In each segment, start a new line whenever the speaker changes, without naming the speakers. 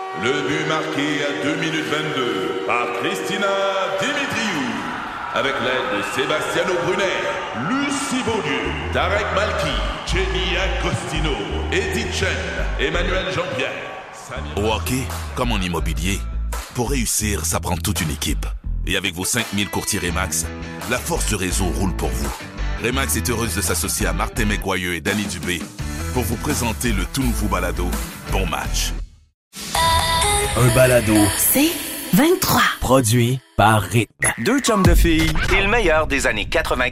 Le but marqué à 2 minutes 22 par Christina Dimitriou. Avec l'aide de Sebastiano Brunet, Lucie Beaulieu, Tarek Malki, Jenny Agostino, Edith Chen, Emmanuel Jean-Pierre.
Au hockey, comme en immobilier, pour réussir, ça prend toute une équipe. Et avec vos 5000 courtiers Remax, la force du réseau roule pour vous. Remax est heureuse de s'associer à Martin McGuire et Danny Dubé pour vous présenter le tout nouveau balado Bon Match.
Un balado.
C'est 23.
Produit par Rythme.
Deux chums de filles et le meilleur des années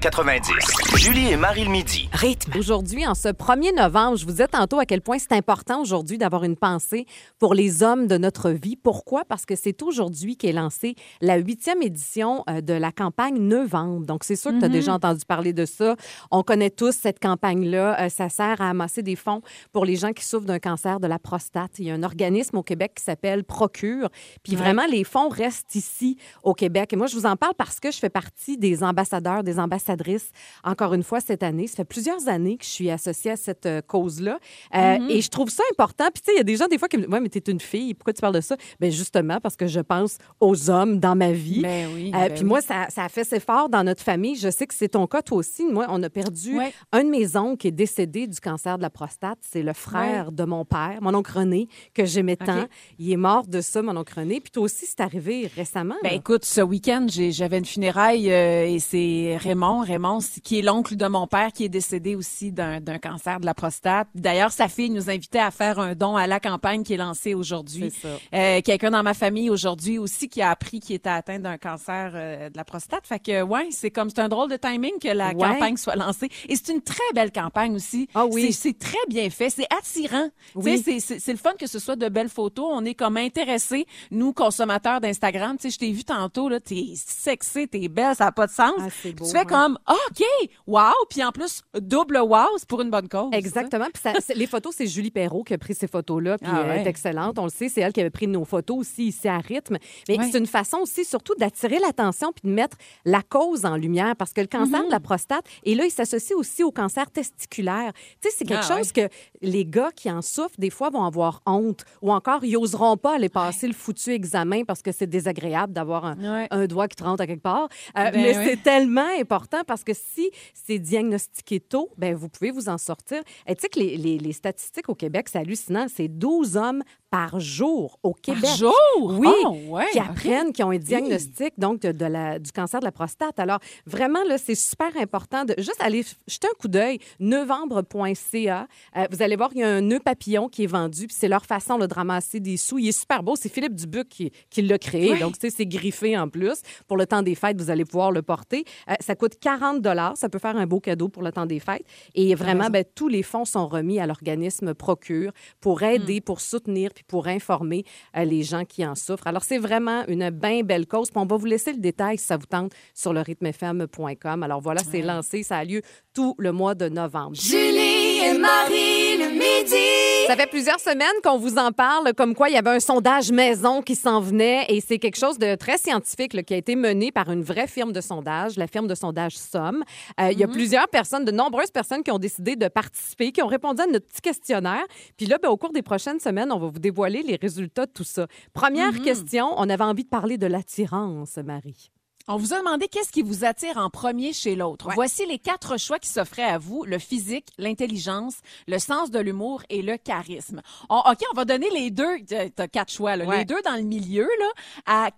80-90. Julie et Marie le midi.
Rythme.
Aujourd'hui, en ce 1er novembre, je vous disais tantôt à quel point c'est important aujourd'hui d'avoir une pensée pour les hommes de notre vie. Pourquoi? Parce que c'est aujourd'hui qu'est lancée la 8e édition de la campagne Novembre. Donc, c'est sûr que tu as déjà entendu parler de ça. On connaît tous cette campagne-là. Ça sert à amasser des fonds pour les gens qui souffrent d'un cancer de la prostate. Il y a un organisme au Québec qui s'appelle Procure. Puis vraiment, les fonds restent ici au Québec. Et moi, je vous en parle parce que je fais partie des ambassadeurs, des ambassadrices, encore une fois, cette année. Ça fait plusieurs années que je suis associée à cette cause-là. Et je trouve ça important. Puis, tu sais, il y a des gens, des fois, qui me disent « Ouais, mais t'es une fille. Pourquoi tu parles de ça? » Bien, justement, parce que je pense aux hommes dans ma vie.
Ben oui.
Puis moi, ça a fait ses fort dans notre famille. Je sais que c'est ton cas, toi aussi. Moi, on a perdu un de mes oncles qui est décédé du cancer de la prostate. C'est le frère de mon père, mon oncle René, que j'aimais tant. Il est mort de ça, mon oncle René. Puis toi aussi, c'est arrivé récemment.
Ben écoute, ce week-end, j'avais une funéraille et c'est Raymond, qui est l'oncle de mon père, qui est décédé aussi d'un cancer de la prostate. D'ailleurs, sa fille nous invitait à faire un don à la campagne qui est lancée aujourd'hui.
C'est ça.
Quelqu'un dans ma famille aujourd'hui aussi qui a appris qu'il était atteint d'un cancer de la prostate. Fait que c'est un drôle de timing que la campagne soit lancée. Et c'est une très belle campagne aussi.
Ah oui.
C'est très bien fait, c'est attirant.
Oui.
Tu sais, c'est le fun que ce soit de belles photos. On est comme intéressés, nous consommateurs d'Instagram. Tu sais, je t'ai vu tantôt là, t'es sexy, t'es belle, ça n'a pas de sens.
Ah, c'est beau,
tu fais comme OK, wow, puis en plus double wow, c'est pour une bonne cause.
Exactement. Puis les photos, c'est Julie Perrault qui a pris ces photos-là. Puis elle est excellente. On le sait, c'est elle qui avait pris nos photos aussi ici à Rythme. Mais c'est une façon aussi, surtout, d'attirer l'attention puis de mettre la cause en lumière. Parce que le cancer de la prostate, et là, il s'associe aussi au cancer testiculaire. Tu sais, c'est quelque chose que les gars qui en souffrent, des fois, vont avoir honte. Ou encore, ils n'oseront pas aller passer le foutu examen parce que c'est désagréable d'avoir un doigt qui te rentre à quelque part. Mais c'est tellement important parce que si c'est diagnostiqué tôt, ben vous pouvez vous en sortir. Et tu sais que les statistiques au Québec, c'est hallucinant. C'est 12 hommes par jour au Québec.
Par jour?
Oui,
Oh,
qui apprennent, qui ont un diagnostic donc du cancer de la prostate. Alors, vraiment, là, c'est super important de juste aller jeter un coup d'œil, novembre.ca. Vous allez voir, il y a un nœud papillon qui est vendu, puis c'est leur façon là, de ramasser des sous. Il est super beau. C'est Philippe Dubuc qui l'a créé.
Oui.
Donc, tu sais, c'est griffé en plus. Pour le temps des fêtes, vous allez pouvoir le porter. Ça coûte 40 $. Ça peut faire un beau cadeau pour le temps des fêtes. Et vraiment, tous les fonds sont remis à l'organisme Procure pour aider, pour soutenir puis pour informer les gens qui en souffrent. Alors, c'est vraiment une bien belle cause. Puis on va vous laisser le détail si ça vous tente sur le rythmefm.com. Alors voilà, c'est lancé. Ça a lieu tout le mois de novembre.
Julie et Marie le midi.
Ça fait plusieurs semaines qu'on vous en parle, comme quoi il y avait un sondage maison qui s'en venait et c'est quelque chose de très scientifique là, qui a été mené par une vraie firme de sondage, la firme de sondage Somme. Il y a plusieurs personnes, de nombreuses personnes qui ont décidé de participer, qui ont répondu à notre petit questionnaire. Puis là, au cours des prochaines semaines, on va vous dévoiler les résultats de tout ça. Première question, on avait envie de parler de l'attirance, Marie.
On vous a demandé qu'est-ce qui vous attire en premier chez l'autre. Voici les 4 choix qui s'offraient à vous: le physique, l'intelligence, le sens de l'humour et le charisme. OK, on va donner les deux. T'as 4 choix, là. Les deux dans le milieu, là.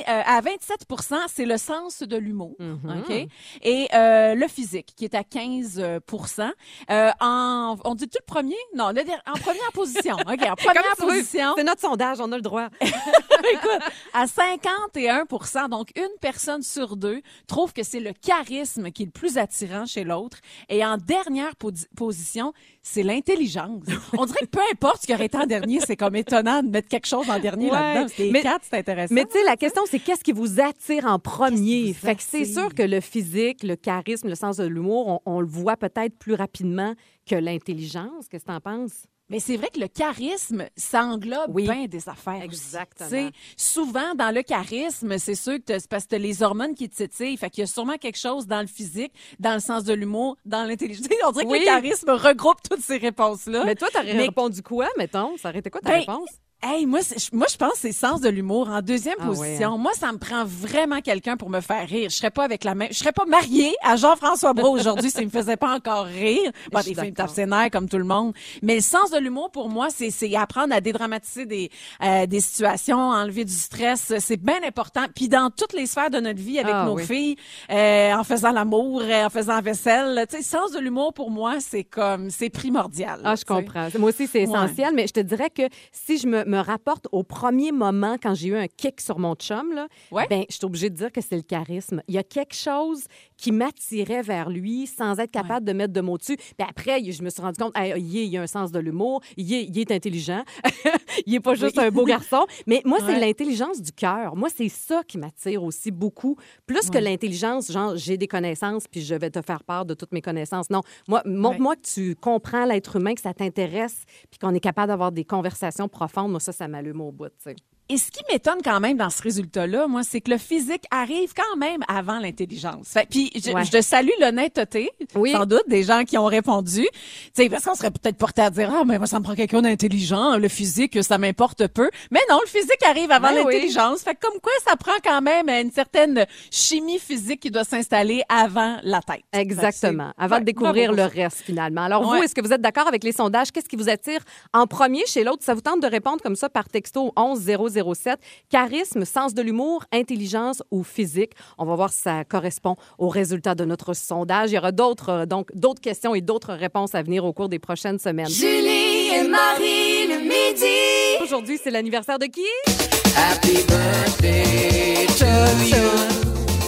À 27 %, c'est le sens de l'humour. OK? Et le physique, qui est à 15 %. On dit-tu le premier? Non, en première position. OK, en première position.
C'est notre sondage, on a le droit.
Écoute, à 51 %, donc une personne sur 2 trouve que c'est le charisme qui est le plus attirant chez l'autre. Et en dernière position, c'est l'intelligence. On dirait que peu importe ce qui aurait été en dernier, c'est comme étonnant de mettre quelque chose en dernier là-dedans. Les 4, c'est intéressant.
Mais tu sais, la question, c'est qu'est-ce qui vous attire en premier? Fait que c'est sûr que le physique, le charisme, le sens de l'humour, on le voit peut-être plus rapidement que l'intelligence. Qu'est-ce que tu en penses?
Mais c'est vrai que le charisme, ça englobe bien des affaires.
Exactement.
Aussi. Souvent, dans le charisme, c'est sûr que c'est parce que t'as les hormones qui te titillent. Fait qu'il y a sûrement quelque chose dans le physique, dans le sens de l'humour, dans l'intelligence. On dirait que le charisme regroupe toutes ces réponses-là.
Mais toi, t'aurais répondu quoi, mettons? Ça aurait été quoi ta réponse?
Hey, moi, je pense que c'est sens de l'humour en deuxième position.
Ouais, hein?
Moi, ça me prend vraiment quelqu'un pour me faire rire. Je serais pas mariée à Jean-François Brault aujourd'hui s'il me faisait pas encore rire. Bon, des films tapent ses nerfs comme tout le monde. Mais le sens de l'humour, pour moi, c'est apprendre à dédramatiser des situations, enlever du stress. C'est bien important. Puis dans toutes les sphères de notre vie avec nos filles, en faisant l'amour, en faisant la vaisselle. Tu sais, sens de l'humour, pour moi, c'est primordial.
Ah, je comprends. Moi aussi, c'est essentiel. Mais je te dirais que si je me rapporte au premier moment quand j'ai eu un kick sur mon chum, là, ben, je suis obligée de dire que c'est le charisme. Il y a quelque chose qui m'attirait vers lui sans être capable de mettre de mots dessus. Puis après, je me suis rendu compte, il a un sens de l'humour, il est intelligent, il est pas juste un beau garçon. Mais moi, c'est l'intelligence du cœur. Moi, c'est ça qui m'attire aussi beaucoup. Plus que l'intelligence, genre, j'ai des connaissances puis je vais te faire part de toutes mes connaissances. Non, moi, montre-moi que tu comprends l'être humain, que ça t'intéresse puis qu'on est capable d'avoir des conversations profondes. Moi, ça m'allume au bout, tu sais.
Et ce qui m'étonne quand même dans ce résultat-là, moi, c'est que le physique arrive quand même avant l'intelligence. Puis je salue l'honnêteté, sans doute, des gens qui ont répondu. Tu sais, parce qu'on serait peut-être porté à dire, mais moi, ça me prend quelqu'un d'intelligent, le physique, ça m'importe peu. Mais non, le physique arrive avant l'intelligence. Fait que comme quoi, ça prend quand même une certaine chimie physique qui doit s'installer avant la tête.
Exactement. Avant de découvrir le reste, finalement. Alors, vous, est-ce que vous êtes d'accord avec les sondages? Qu'est-ce qui vous attire en premier chez l'autre? Ça vous tente de répondre comme ça par texto 11 007. Charisme, sens de l'humour, intelligence ou physique. On va voir si ça correspond aux résultats de notre sondage. Il y aura d'autres questions et d'autres réponses à venir au cours des prochaines semaines.
Julie et Marie le midi.
Aujourd'hui, c'est l'anniversaire de qui?
Happy birthday to you.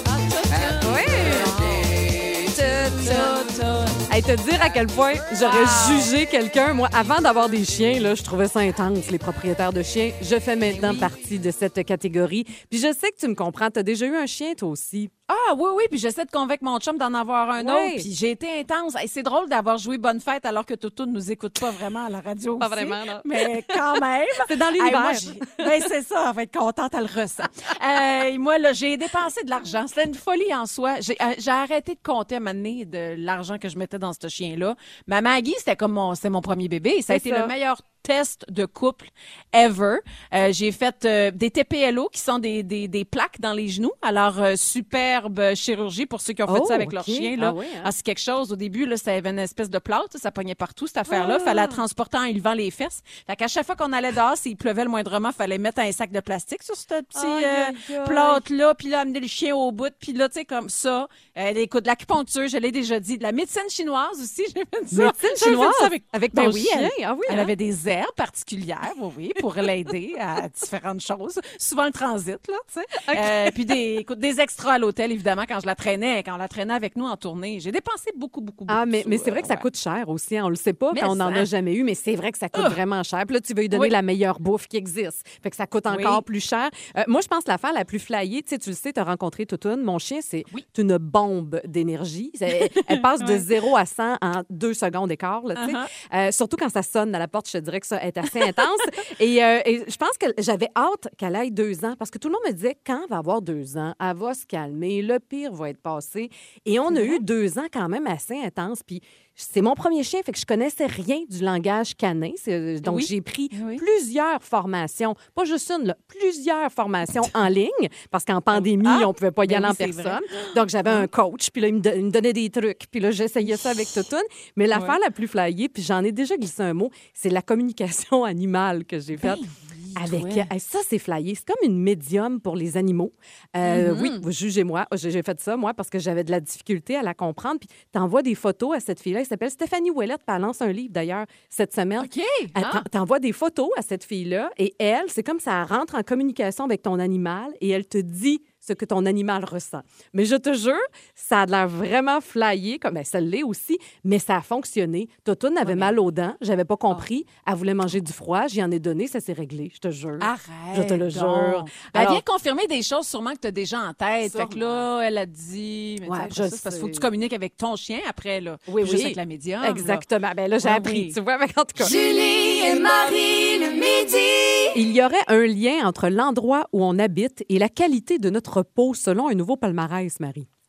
Hey, te dire à quel point j'aurais jugé quelqu'un. Moi, avant d'avoir des chiens, là, je trouvais ça intense, les propriétaires de chiens. Je fais maintenant partie de cette catégorie. Puis je sais que tu me comprends. T'as déjà eu un chien, toi aussi?
Ah oui, puis j'essaie de convaincre mon chum d'en avoir un autre, puis j'ai été intense. Hey, c'est drôle d'avoir joué Bonne Fête alors que Toto ne nous écoute pas vraiment à la radio
Pas
aussi,
vraiment, non.
Mais quand même.
C'est dans l'univers.
Ben, c'est ça, elle va être contente, elle le ressent. Moi, là, j'ai dépensé de l'argent. C'était une folie en soi. J'ai arrêté de compter à un moment donné de l'argent que je mettais dans ce chien-là. Ma Maggie, c'était mon premier bébé. Ça a été le meilleur test de couple ever. J'ai fait des TPLO qui sont des plaques dans les genoux. Alors, superbe chirurgie pour ceux qui ont fait ça avec leur chien. Là. C'est quelque chose. Au début, là, ça avait une espèce de plâtre. Ça pognait partout, cette affaire-là. Fallait la transporter en élevant les fesses. Fait qu'à chaque fois qu'on allait dehors, s'il pleuvait le moindrement, fallait mettre un sac de plastique sur ce petit plâtre-là, puis là, amener le chien au bout. Puis là, tu sais, comme ça. Écoute, de l'acupuncture, je l'ai déjà dit. De la médecine chinoise aussi, j'ai fait ça.
Médecine chinoise? Avec ton chien?
Elle avait des herbes particulières, pour l'aider à différentes choses. Souvent le transit, là, tu sais. Puis des extras à l'hôtel, évidemment, quand on la traînait avec nous en tournée. J'ai dépensé beaucoup.
Mais c'est vrai que ça coûte cher aussi. On le sait pas quand on n'en a jamais eu, mais c'est vrai que ça coûte vraiment cher. Puis là, tu veux lui donner la meilleure bouffe qui existe. Fait que ça coûte encore plus cher. Moi, je pense que l'affaire la plus flyée, tu sais, tu le sais, tu as rencontré Toutoune. Mon chien, c'est une bombe d'énergie. Elle passe de 0 à 100 en 2 secondes et quart, là, tu sais. Surtout quand ça sonne à la porte, je te dirais que ça est assez intense. Et je pense que j'avais hâte qu'elle aille 2 ans parce que tout le monde me disait, quand elle va avoir 2 ans, elle va se calmer, le pire va être passé. Et on a eu 2 ans quand même assez intenses. Puis c'est mon premier chien, fait que je connaissais rien du langage canin. Donc, j'ai pris plusieurs formations, pas juste une, là, plusieurs formations en ligne, parce qu'en pandémie, on pouvait pas y aller en personne. Donc, j'avais un coach, puis là, il me donnait des trucs, puis là, j'essayais ça avec Toutoune. Mais l'affaire la plus flyée, puis j'en ai déjà glissé un mot, c'est la communication animale que j'ai faite. Ça, c'est flyé. C'est comme une médium pour les animaux. Oui, jugez-moi. J'ai fait ça, moi, parce que j'avais de la difficulté à la comprendre. Puis t'envoies des photos à cette fille-là. Elle s'appelle Stéphanie Ouellette, puis elle lance un livre, d'ailleurs, cette semaine. T'envoies des photos à cette fille-là, et elle, c'est comme ça, elle rentre en communication avec ton animal, et elle te dit ce que ton animal ressent. Mais je te jure, ça a l'air vraiment flyé, comme ça l'est aussi, mais ça a fonctionné. Toutoune avait mal aux dents, j'avais pas compris. Elle voulait manger du froid, j'y en ai donné, ça s'est réglé, je te jure.
Arrête.
Je te le jure.
Elle vient confirmer des choses sûrement que tu as déjà en tête. Fait que là, elle a dit... Mais parce qu'il faut que tu communiques avec ton chien après, là. Juste avec la médium.
Exactement. Là. Ben là, j'ai appris, tu vois, mais en tout cas.
Julie et Marie le midi.
Il y aurait un lien entre l'endroit où on habite et la qualité de notre peau selon un nouveau palmarès, Marie.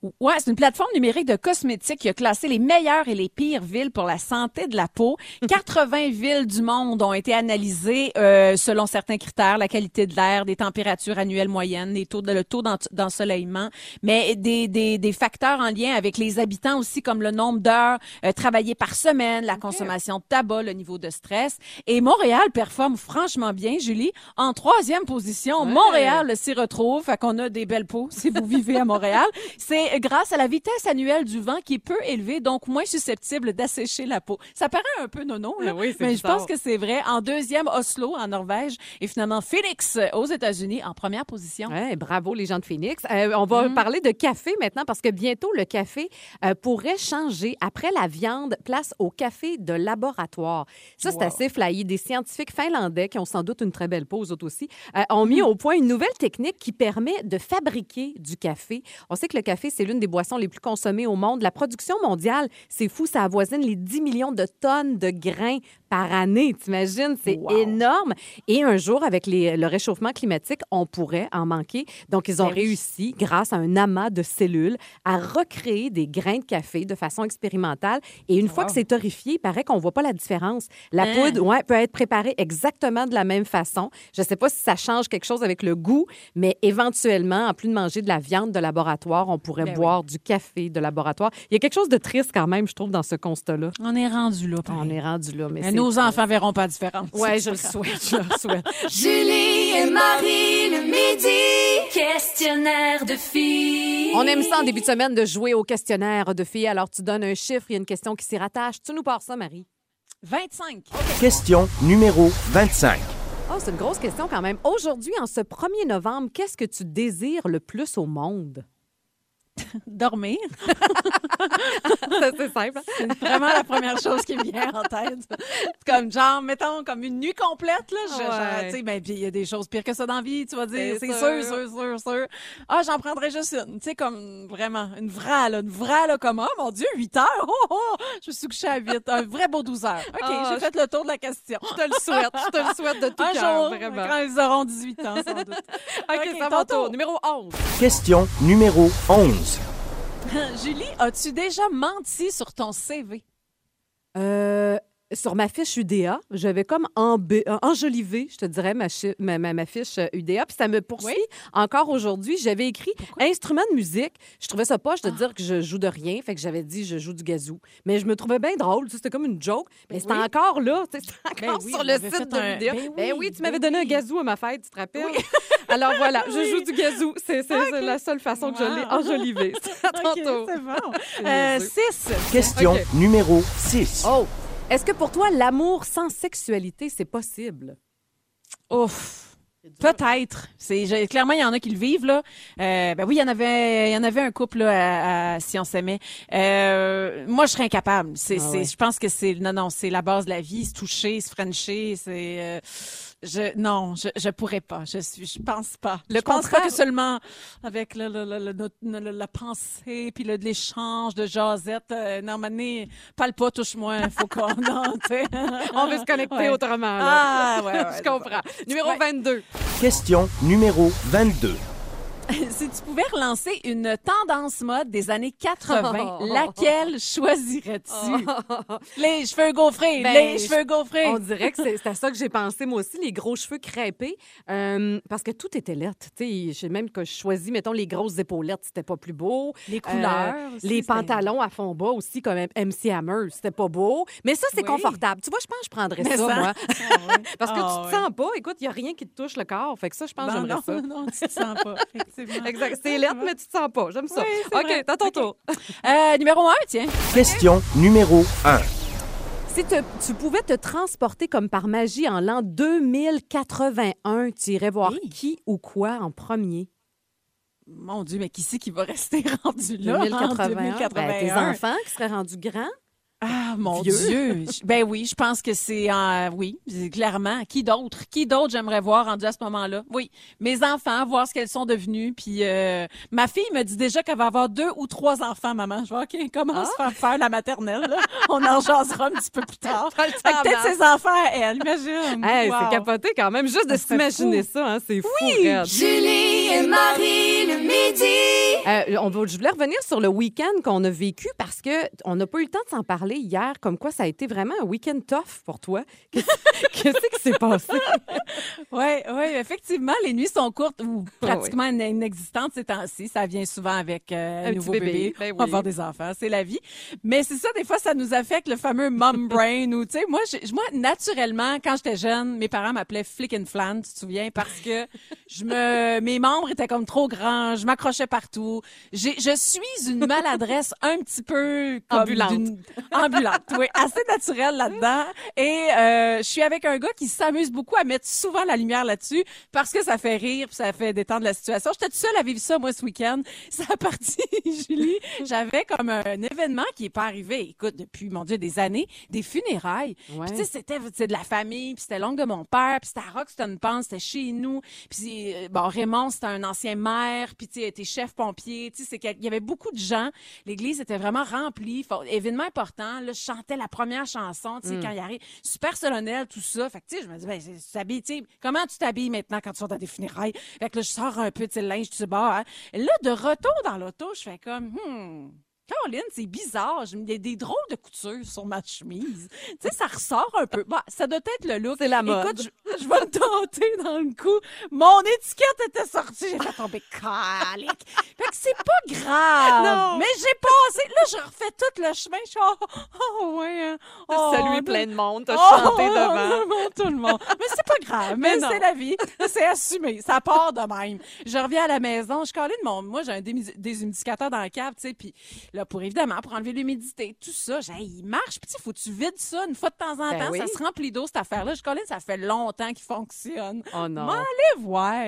Ouais, c'est une plateforme numérique de cosmétiques qui a classé les meilleures et les pires villes pour la santé de la peau. 80 villes du monde ont été analysées selon certains critères, la qualité de l'air, des températures annuelles moyennes, le taux d'ensoleillement, mais des facteurs en lien avec les habitants aussi, comme le nombre d'heures travaillées par semaine, la consommation de tabac, le niveau de stress. Et Montréal performe franchement bien, Julie. En 3e position, Montréal s'y retrouve. Fait qu'on a des belles peaux si vous vivez à Montréal. C'est grâce à la vitesse annuelle du vent qui est peu élevée, donc moins susceptible d'assécher la peau. Ça paraît un peu nono, là,
oui,
mais
bizarre.
je pense que c'est vrai. En 2e, Oslo, en Norvège, et finalement Phoenix, aux États-Unis, en 1re position.
Ouais, bravo les gens de Phoenix. On va parler de café maintenant parce que bientôt, le café pourrait changer. Après la viande, place au café de laboratoire. Ça, c'est assez flyé. Des scientifiques finlandais qui ont sans doute une très belle peau, eux autres aussi, ont mis au point une nouvelle technique qui permet de fabriquer du café. On sait que le café, c'est l'une des boissons les plus consommées au monde. La production mondiale, c'est fou, ça avoisine les 10 millions de tonnes de grains par année. T'imagines? C'est énorme. Et un jour, avec le réchauffement climatique, on pourrait en manquer. Donc, ils ont réussi, grâce à un amas de cellules, à recréer des grains de café de façon expérimentale. Et une fois que c'est torréfié, il paraît qu'on ne voit pas la différence. La poudre peut être préparée exactement de la même façon. Je ne sais pas si ça change quelque chose avec le goût, mais éventuellement, en plus de manger de la viande de laboratoire, on pourrait boire du café de laboratoire. Il y a quelque chose de triste quand même, je trouve, dans ce constat-là.
On est rendu là.
On est rendu là, mais
nos enfants verront pas la différence.
Oui, je le souhaite.
Julie et Marie le midi. Questionnaire de filles.
On aime ça en début de semaine de jouer au questionnaire de filles. Alors, tu donnes un chiffre, il y a une question qui s'y rattache. Tu nous pars ça, Marie?
25.
Question numéro 25.
Oh, c'est une grosse question quand même. Aujourd'hui, en ce 1er novembre, qu'est-ce que tu désires le plus au monde?
Dormir.
C'est simple.
C'est vraiment la première chose qui me vient en tête. C'est comme, genre, mettons, comme une nuit complète, là. Tu sais, ben, puis il y a des choses pires que ça dans la vie, tu vas dire. C'est sûr. Ah, j'en prendrais juste une. Tu sais, comme, vraiment, une vraie, là, comme, oh, mon Dieu, 8 heures. Oh, je me suis couchée à 8. Un vrai beau 12 heures. OK, j'ai fait le tour de la question.
Je te le souhaite de tout
un
cœur,
jour,
vraiment.
quand ils auront 18 ans, sans doute.
OK, c'est mon tour. Numéro 11.
Question numéro 11.
Julie, as-tu déjà menti sur ton CV?
Sur ma fiche UDA, j'avais comme enjolivé, je te dirais, ma fiche UDA. Puis ça me poursuit encore aujourd'hui. J'avais écrit instrument de musique. Je trouvais ça poche de dire que je joue de rien. Fait que j'avais dit je joue du gazou. Mais je me trouvais bien drôle. C'était comme une joke. Mais c'était encore là. C'était encore sur le site de l'UDA. Ben oui, tu m'avais donné un gazou à ma fête, tu te rappelles? Oui. Alors voilà, je joue du gazou. C'est la seule façon que je l'ai enjolivé. C'est à ton tour.
C'est bon. 6.
Question numéro 6.
Oh! Est-ce que pour toi, l'amour sans sexualité, c'est possible?
Ouf! Peut-être. Clairement, il y en a qui le vivent, là. Ben oui, il y en avait un couple, là, à Si on s'aimait. Moi, je serais incapable. Je pense que c'est la base de la vie, se toucher, se frencher, je pourrais pas. Je pense pas. Je pense pas que seulement avec la pensée puis l'échange de jasette. Non, mané, parle pas, touche-moi, faut qu'on
on veut se connecter autrement. Là.
Ah, ouais,
je comprends. Numéro 22.
Question numéro 22.
Si tu pouvais relancer une tendance mode des années 80, laquelle choisirais-tu? Les cheveux gaufrés,
On dirait que c'est à ça que j'ai pensé, moi aussi, les gros cheveux crêpés, parce que tout était lettre. Tu sais, même que je choisis, mettons, les grosses épaulettes, c'était pas plus beau.
Les couleurs aussi,
les pantalons à fond bas aussi, comme MC Hammer, c'était pas beau. Mais ça, c'est confortable. Tu vois, je pense que je prendrais ça, moi. Parce que tu te sens pas. Écoute, il y a rien qui te touche le corps. Fait que ça, je pense que j'aimerais ça.
Non, tu te sens pas.
Exact. C'est lettre, mais tu te sens pas. J'aime ça.
Oui,
OK, t'as ton tour.
Numéro 1, tiens.
Question numéro 1.
Si tu pouvais te transporter comme par magie en l'an 2081, tu irais voir qui ou quoi en premier?
Mon Dieu, mais qui c'est qui va rester rendu là?
2081. Ben, tes enfants qui seraient rendus grands?
Ah, mon Dieu! Ben oui, je pense que c'est... oui, clairement. Qui d'autre j'aimerais voir rendu à ce moment-là? Oui, mes enfants, voir ce qu'elles sont devenues. Puis ma fille me dit déjà qu'elle va avoir 2 ou 3 enfants, maman. Je vois, OK, commence à faire la maternelle. Là. On en jasera un petit peu plus tard. Peut-être ses enfants à elle, imagine.
Hey, wow. C'est capoté quand même. Juste de s'imaginer ça, hein, c'est fou.
Oui! Julie et Marie le midi.
Je voulais revenir sur le week-end qu'on a vécu parce qu'on n'a pas eu le temps de s'en parler hier, comme quoi ça a été vraiment un week-end tough pour toi. Qu'est-ce qui s'est passé?
Oui, effectivement, les nuits sont courtes ou pratiquement inexistantes ces temps-ci. Ça vient souvent avec un nouveau bébé.
Ben oui.
On va avoir des enfants, c'est la vie. Mais c'est ça, des fois, ça nous affecte le fameux mom brain ou, tu sais, moi, naturellement, quand j'étais jeune, mes parents m'appelaient Flick and Flan, tu te souviens, parce que mes membres étaient comme trop grands, je m'accrochais partout. Je suis une maladresse un petit peu comme ambulante, oui, assez naturelle là-dedans. Et je suis avec un gars qui s'amuse beaucoup à mettre souvent la lumière là-dessus parce que ça fait rire puis ça fait détendre la situation. J'étais toute seule à vivre ça, moi, ce week-end. Ça a parti, Julie. J'avais comme un événement qui est pas arrivé, écoute, depuis, mon Dieu, des années, des funérailles.
Ouais.
Puis tu sais, c'était de la famille, puis c'était l'oncle de mon père, puis c'était à Roxton Pond, c'était chez nous. Puis bon, Raymond, c'était un ancien maire, puis tu sais, il était chef pompier. Tu sais, il y avait beaucoup de gens. L'église était vraiment remplie. Événement important. Là, je chantais la première chanson, tu sais, quand il arrive. Super solennel, tout ça. Fait que tu sais, je me dis, ben, tu t'habilles, tu sais, comment tu t'habilles maintenant quand tu vas dans des funérailles? Fait que là, je sors un peu, tu sais, le linge, tu sais, hein. Et là, de retour dans l'auto, je fais comme, Caroline, c'est bizarre. Il y a des drôles de coutures sur ma chemise. Tu sais, ça ressort un peu. Bah, ça doit être le look.
C'est la mode.
Écoute, je vais me tenter dans le coup. Mon étiquette était sortie. J'ai fait tomber calique. Fait que c'est pas grave.
Non.
Mais j'ai passé. Là, je refais tout le chemin. Je suis ouais.
T'as salué plein de monde. T'as chanté devant.
Tout le monde. Mais c'est pas grave. Mais c'est la vie. C'est assumé. Ça part de même. Je reviens à la maison. Je calais moi, j'ai un déshumidificateur dans la cave, tu sais, puis là, pour enlever l'humidité, tout ça, il marche. Puis, faut que tu vides ça une fois de temps en temps.
Oui.
Ça se remplit d'eau, cette affaire-là. Je connais, ça fait longtemps qu'il fonctionne.
Oh non.
M'en aller voir.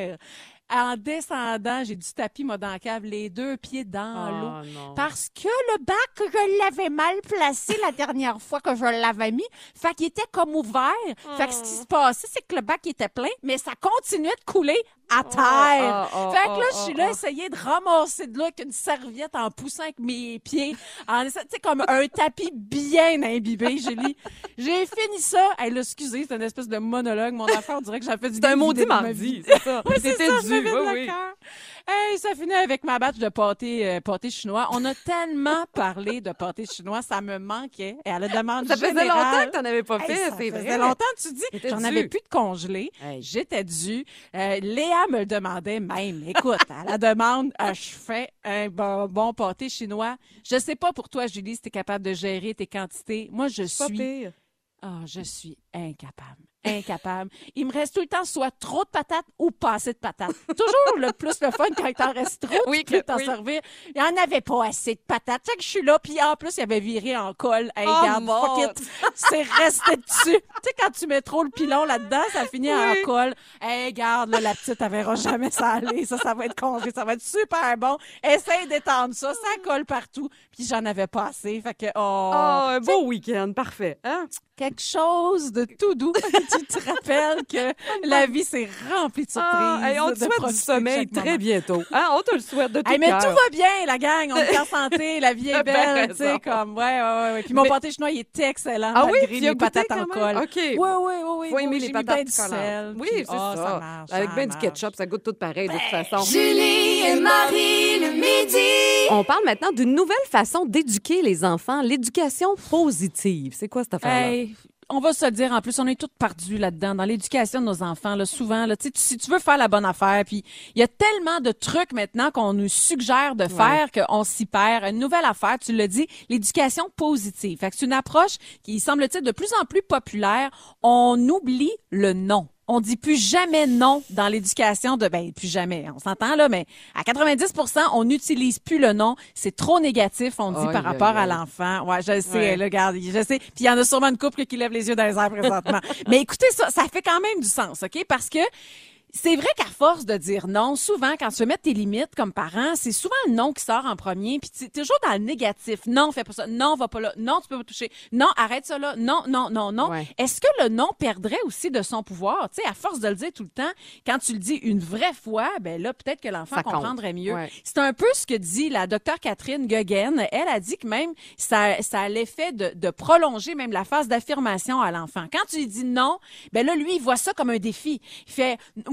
En descendant, j'ai du tapis, moi, dans la cave, les 2 pieds dans l'eau.
Non.
Parce que le bac, je l'avais mal placé la dernière fois que je l'avais mis. Fait qu'il était comme ouvert. Fait que ce qui se passait, c'est que le bac était plein, mais ça continuait de couler à terre. Fait que là, je suis là, essayer de ramasser de l'eau avec une serviette en poussant avec mes pieds. Tu sais, comme un tapis bien imbibé, Julie. J'ai fini ça. Hey, là, excusez, c'est une espèce de monologue. Mon affaire, on dirait que j'en fais du
C'est un maudit mardi, c'est ça.
Oui, c'est ça,
dû. Oui.
Hey, ça finit avec ma batch de pâté chinois. On a tellement parlé de pâté chinois, ça me manquait. Et à la demande
Ça faisait longtemps que t'en avais pas fait, c'est vrai.
Ça faisait longtemps, tu dis. J'en avais plus de congelé.
Hey.
J'étais due. Léa me le demandait même. Écoute, à la demande, je fais un bon pâté chinois. Je sais pas pour toi, Julie, si t'es capable de gérer tes quantités. Moi, je suis...
Pas pire.
je suis incapable. Il me reste tout le temps soit trop de patates ou pas assez de patates. Toujours le plus le fun quand il t'en reste trop, tu peux t'en servir. Il n'y en avait pas assez de patates. Fait que je suis là, puis en plus, il avait viré en colle. Hey, regarde, fuck it. C'est resté dessus. Tu sais, quand tu mets trop le pilon là-dedans, ça finit en colle. Hey, regarde, là, la petite, elle verra jamais ça aller. Ça va être congé. Ça va être super bon. Essaye d'étendre ça. Ça colle partout. Puis j'en avais pas assez. Fait que,
un beau week-end. Parfait. Hein?
Quelque chose de tout doux. Tu te rappelles que la vie, c'est rempli de surprises.
On te souhaite du sommeil très bientôt. Hein? On te le souhaite de tout
mais
cœur.
tout va bien, la gang. On est en santé. La vie est belle. Tu sais, comme, ouais. Puis mon pâté chinois, il est excellent. Malgré les patates en colle.
OK.
Oui.
Faut aimer les patates
collantes.
Oui, c'est ça.
Ça marche.
Avec bien du ketchup, ça goûte tout pareil, de toute façon.
Julie et Marie le midi.
On parle maintenant d'une nouvelle façon d'éduquer les enfants, l'éducation positive. C'est quoi cette affaire-là?
Hey, on va se le dire, en plus, on est toutes perdues là-dedans, dans l'éducation de nos enfants. Là, souvent, là, si tu veux faire la bonne affaire, puis il y a tellement de trucs maintenant qu'on nous suggère de faire qu'on s'y perd. Une nouvelle affaire, tu l'as dit, l'éducation positive. Fait que c'est une approche qui semble-t-il de plus en plus populaire. On oublie le non. On dit plus jamais non dans l'éducation plus jamais, on s'entend là, mais à 90%, on n'utilise plus le non. C'est trop négatif, on dit, par rapport à l'enfant. Ouais, je sais, là, regarde, je sais. Puis il y en a sûrement une couple qui lève les yeux dans les airs présentement. Mais écoutez, ça fait quand même du sens, OK? Parce que c'est vrai qu'à force de dire non, souvent, quand tu veux mettre tes limites comme parent, c'est souvent le non qui sort en premier, puis tu es toujours dans le négatif. Non, fais pas ça. Non, va pas là. Non, tu peux pas toucher. Non, arrête ça là. Non.
Ouais.
Est-ce que le non perdrait aussi de son pouvoir? Tu sais, à force de le dire tout le temps, quand tu le dis une vraie fois, ben là, peut-être que l'enfant comprendrait mieux. Ouais. C'est un peu ce que dit la docteure Catherine Goegen. Elle a dit que même, ça a l'effet de prolonger même la phase d'affirmation à l'enfant. Quand tu lui dis non, ben là, lui, il voit ça comme un défi. Il fait, moi,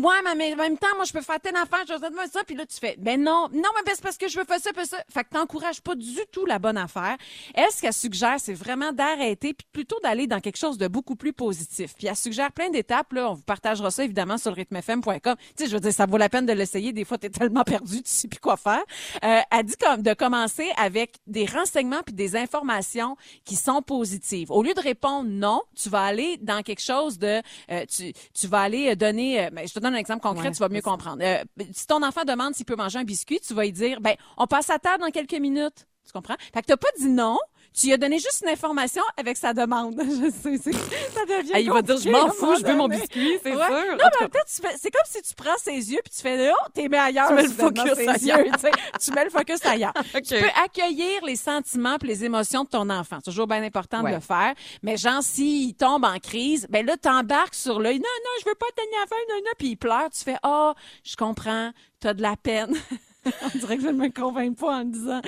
ouais, mais en même temps, moi, je peux faire telle affaire, je vais faire ça, puis là, tu fais, ben non, mais c'est parce que je veux faire ça, ça. Fait que t'encourages pas du tout la bonne affaire. Elle, ce qu'elle suggère, c'est vraiment d'arrêter, puis plutôt d'aller dans quelque chose de beaucoup plus positif. Puis elle suggère plein d'étapes, là. On vous partagera ça, évidemment, sur le rythmefm.com. Tu sais, je veux dire, ça vaut la peine de l'essayer. Des fois, t'es tellement perdu, tu sais plus quoi faire. Elle dit de commencer avec des renseignements puis des informations qui sont positives. Au lieu de répondre non, tu vas aller dans quelque chose de, tu vas aller donner, je te donne un exemple concret, tu vas mieux comprendre. Si ton enfant demande s'il peut manger un biscuit, tu vas lui dire, ben, on passe à table dans quelques minutes. Tu comprends? Fait que t'as pas dit non. Tu lui as donné juste une information avec sa demande. Je sais, ça devient
il va dire, je m'en fous, je veux mon biscuit, c'est sûr.
Non, mais peut-être, c'est comme si tu prends ses yeux puis tu fais, oh, t'es mis ailleurs.
Tu mets le focus ailleurs.
Tu mets le focus ailleurs.
Okay.
Tu peux accueillir les sentiments puis les émotions de ton enfant. C'est toujours bien important de le faire. Mais genre, s'il tombe en crise, ben là, t'embarques sur le, non, je veux pas tenir affaire, non, puis il pleure. Tu fais, je comprends, t'as de la peine. On dirait que je ne me convainc pas en disant,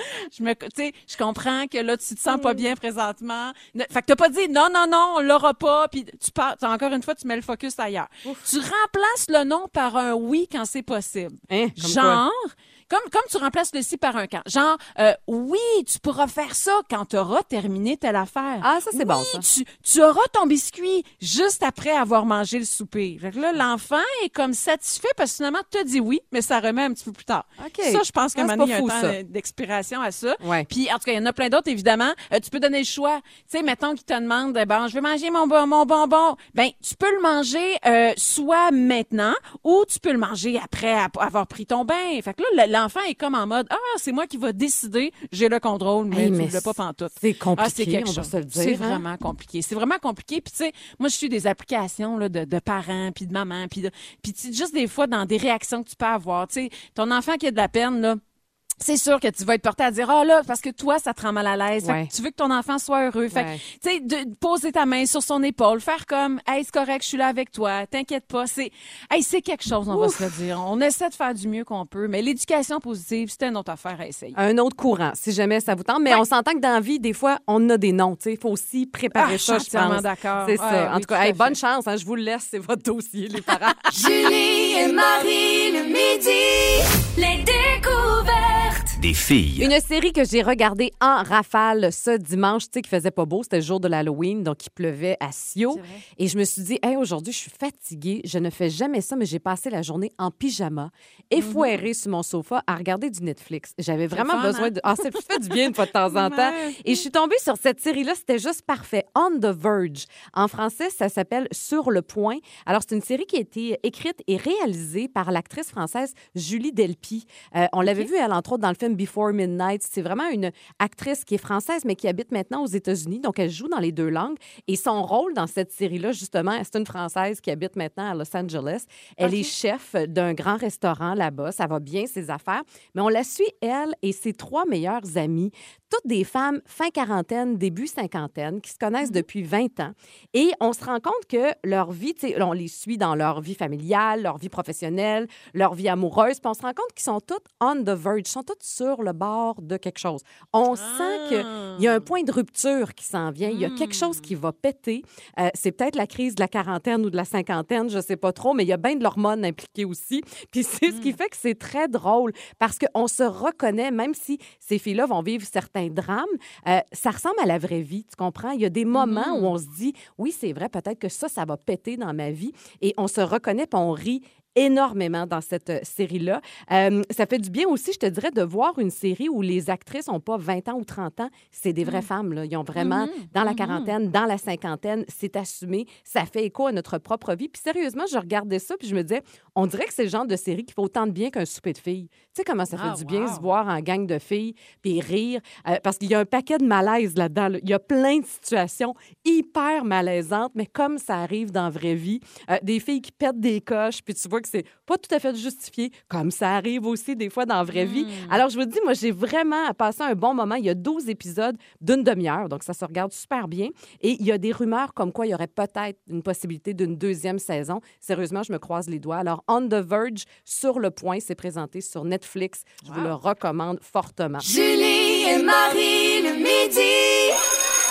je comprends que là, tu te sens pas bien présentement. Fait que t'as pas dit, non, on l'aura pas, puis tu pars, encore une fois, tu mets le focus ailleurs. Ouf. Tu remplaces le non par un oui quand c'est possible. Genre, comme tu remplaces le si par un quand. Genre, oui, tu pourras faire ça quand tu auras terminé telle affaire.
Ah, ça, c'est bon, ça.
Tu auras ton biscuit juste après avoir mangé le souper. Fait que là, l'enfant est comme satisfait parce que finalement, tu as dit oui, mais ça remet un petit peu plus tard.
Okay.
Ça, je pense qu'à un moment donné, il y a un temps d'expiration à ça.
Ouais.
Puis, en tout cas, il y en a plein d'autres, évidemment. Tu peux donner le choix. Tu sais, mettons qu'il te demande, je vais manger mon bonbon. Ben, tu peux le manger soit maintenant ou tu peux le manger après avoir pris ton bain. Fait que là, l'enfant est comme en mode, c'est moi qui va décider, j'ai le contrôle, mais tu ne l'as pas pantoute.
C'est compliqué,
c'est quelque
on va
chose.
se le dire.
C'est vraiment compliqué. C'est vraiment compliqué. Puis tu sais, moi, je suis des applications là, de parents, puis de maman, puis juste des fois, dans des réactions que tu peux avoir. Tu sais, ton enfant qui a de la peine, là, c'est sûr que tu vas être porté à dire là parce que toi ça te rend mal à l'aise. Fait que tu veux que ton enfant soit heureux. Fait que tu sais de poser ta main sur son épaule, faire comme hey, c'est correct, je suis là avec toi, t'inquiète pas, c'est quelque chose, on va se le dire. On essaie de faire du mieux qu'on peut, mais l'éducation positive, c'est une autre affaire à essayer.
Un autre courant, si jamais ça vous tente, mais on s'entend que dans la vie des fois, on a des noms, tu sais, il faut aussi préparer ça, je pense.
D'accord.
C'est ça. En tout cas, bonne chance, hein, je vous le laisse, c'est votre dossier les parents.
Julie et Marie le midi, les découvertes
des filles.
Une série que j'ai regardée en rafale ce dimanche, tu sais, qui faisait pas beau, c'était le jour de l'Halloween, donc il pleuvait à Sio. Et je me suis dit, aujourd'hui, je suis fatiguée, je ne fais jamais ça, mais j'ai passé la journée en pyjama, effoirée sur mon sofa à regarder du Netflix. J'avais vraiment besoin de... ça fait du bien une fois de temps en temps. Et je suis tombée sur cette série-là, c'était juste parfait. On the Verge. En français, ça s'appelle Sur le point. Alors, c'est une série qui a été écrite et réalisée par l'actrice française Julie Delpy. On l'avait vue, elle, entre autres, dans le film Before Midnight. C'est vraiment une actrice qui est française, mais qui habite maintenant aux États-Unis. Donc, elle joue dans les deux langues. Et son rôle dans cette série-là, justement, c'est une Française qui habite maintenant à Los Angeles. Elle est chef d'un grand restaurant là-bas. Ça va bien, ses affaires. Mais on la suit, elle et ses 3 meilleures amies. Toutes des femmes fin quarantaine, début cinquantaine, qui se connaissent depuis 20 ans. Et on se rend compte que leur vie, on les suit dans leur vie familiale, leur vie professionnelle, leur vie amoureuse. Puis on se rend compte qu'ils sont toutes on the verge, ils sont toutes sur le bord de quelque chose. On sent qu'il y a un point de rupture qui s'en vient. Il y a quelque chose qui va péter. C'est peut-être la crise de la quarantaine ou de la cinquantaine, je sais pas trop, mais il y a bien de l'hormone impliquée aussi. Puis c'est ce qui fait que c'est très drôle parce qu'on se reconnaît, même si ces filles-là vont vivre certains drames, ça ressemble à la vraie vie, tu comprends? Il y a des moments où on se dit, oui, c'est vrai, peut-être que ça va péter dans ma vie. Et on se reconnaît puis on rit énormément dans cette série-là. Ça fait du bien aussi, je te dirais, de voir une série où les actrices n'ont pas 20 ans ou 30 ans. C'est des vraies femmes, là. Ils ont vraiment, dans la quarantaine, dans la cinquantaine, c'est assumé. Ça fait écho à notre propre vie. Puis sérieusement, je regardais ça puis je me disais, on dirait que c'est le genre de série qui fait autant de bien qu'un souper de filles. Tu sais comment ça fait du bien se voir en gang de filles puis rire? Parce qu'il y a un paquet de malaise là-dedans. Là. Il y a plein de situations hyper malaisantes, mais comme ça arrive dans la vraie vie, des filles qui pètent des coches, puis tu vois que c'est pas tout à fait justifié, comme ça arrive aussi des fois dans la vraie vie. Alors, je vous dis, moi, j'ai vraiment passé un bon moment. Il y a 12 épisodes d'une demi-heure, donc ça se regarde super bien. Et il y a des rumeurs comme quoi il y aurait peut-être une possibilité d'une 2e saison. Sérieusement, je me croise les doigts. Alors, On the Verge, Sur le point, c'est présenté sur Netflix. Je vous le recommande fortement.
Julie et Marie le midi.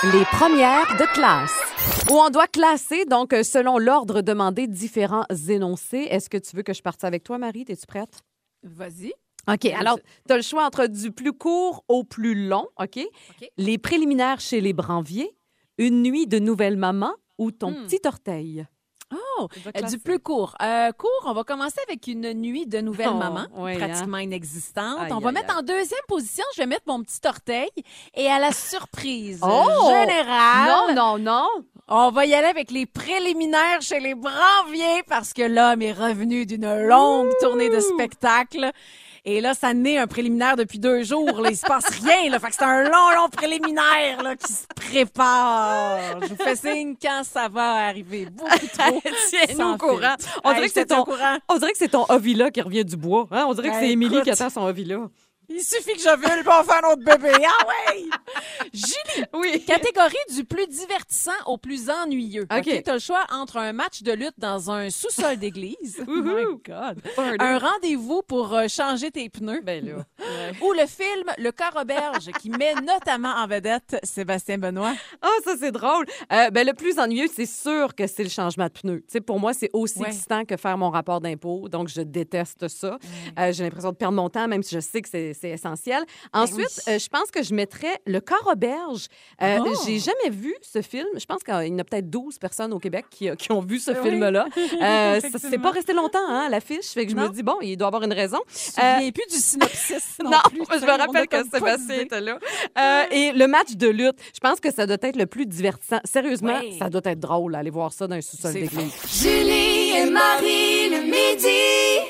Les premières de classe. Où on doit classer, donc, selon l'ordre demandé, différents énoncés. Est-ce que tu veux que je parte avec toi, Marie? Es-tu prête?
Vas-y.
OK. Alors, tu as le choix entre du plus court au plus long, OK? Les préliminaires chez les Branviers, une nuit de nouvelle maman ou ton petit orteil?
Oh, du plus court. Court, on va commencer avec une nuit de nouvelle maman, pratiquement inexistante. On va mettre en deuxième position, je vais mettre mon petit orteil. Et à la surprise générale...
Non.
On va y aller avec les préliminaires chez les Branviers parce que l'homme est revenu d'une longue tournée de spectacle. Et là, ça naît un préliminaire depuis 2 jours. Là, il se passe rien. Là, fait que c'est un long préliminaire là, qui se prépare. Je vous fais signe quand ça va arriver. Beaucoup trop.
Tiens-nous au courant. On dirait que c'est ton Ovila qui revient du bois. Hein? On dirait que c'est Émilie qui attend son Ovila.
Il suffit que j'ovule pour faire un autre bébé. Ah ouais! Julie! Oui. Catégorie du plus divertissant au plus ennuyeux. OK. T'as le choix entre un match de lutte dans un sous-sol d'église. Oh my God. Un rendez-vous pour changer tes pneus. Ben là. Ouais. Ou le film Le Corps-Auberge qui met notamment en vedette Sébastien Benoît.
Ah, ça, c'est drôle. Le plus ennuyeux, c'est sûr que c'est le changement de pneus. Tu sais, pour moi, c'est aussi excitant que faire mon rapport d'impôt. Donc, je déteste ça. J'ai l'impression de perdre mon temps, même si je sais que c'est essentiel. Ensuite, je pense que je mettrais Le Corps-Auberge. J'ai jamais vu ce film. Je pense qu'il y en a peut-être 12 personnes au Québec qui ont vu ce film-là. C'est pas resté longtemps, hein, l'affiche. Fait que je me dis, bon, il doit avoir une raison.
Je ne plus du synopsis non plus.
Je me rappelle que Sébastien était là. Et le match de lutte, je pense que ça doit être le plus divertissant. Sérieusement, ça doit être drôle aller voir ça dans un sous-sol d'église.
Julie et Marie, le midi.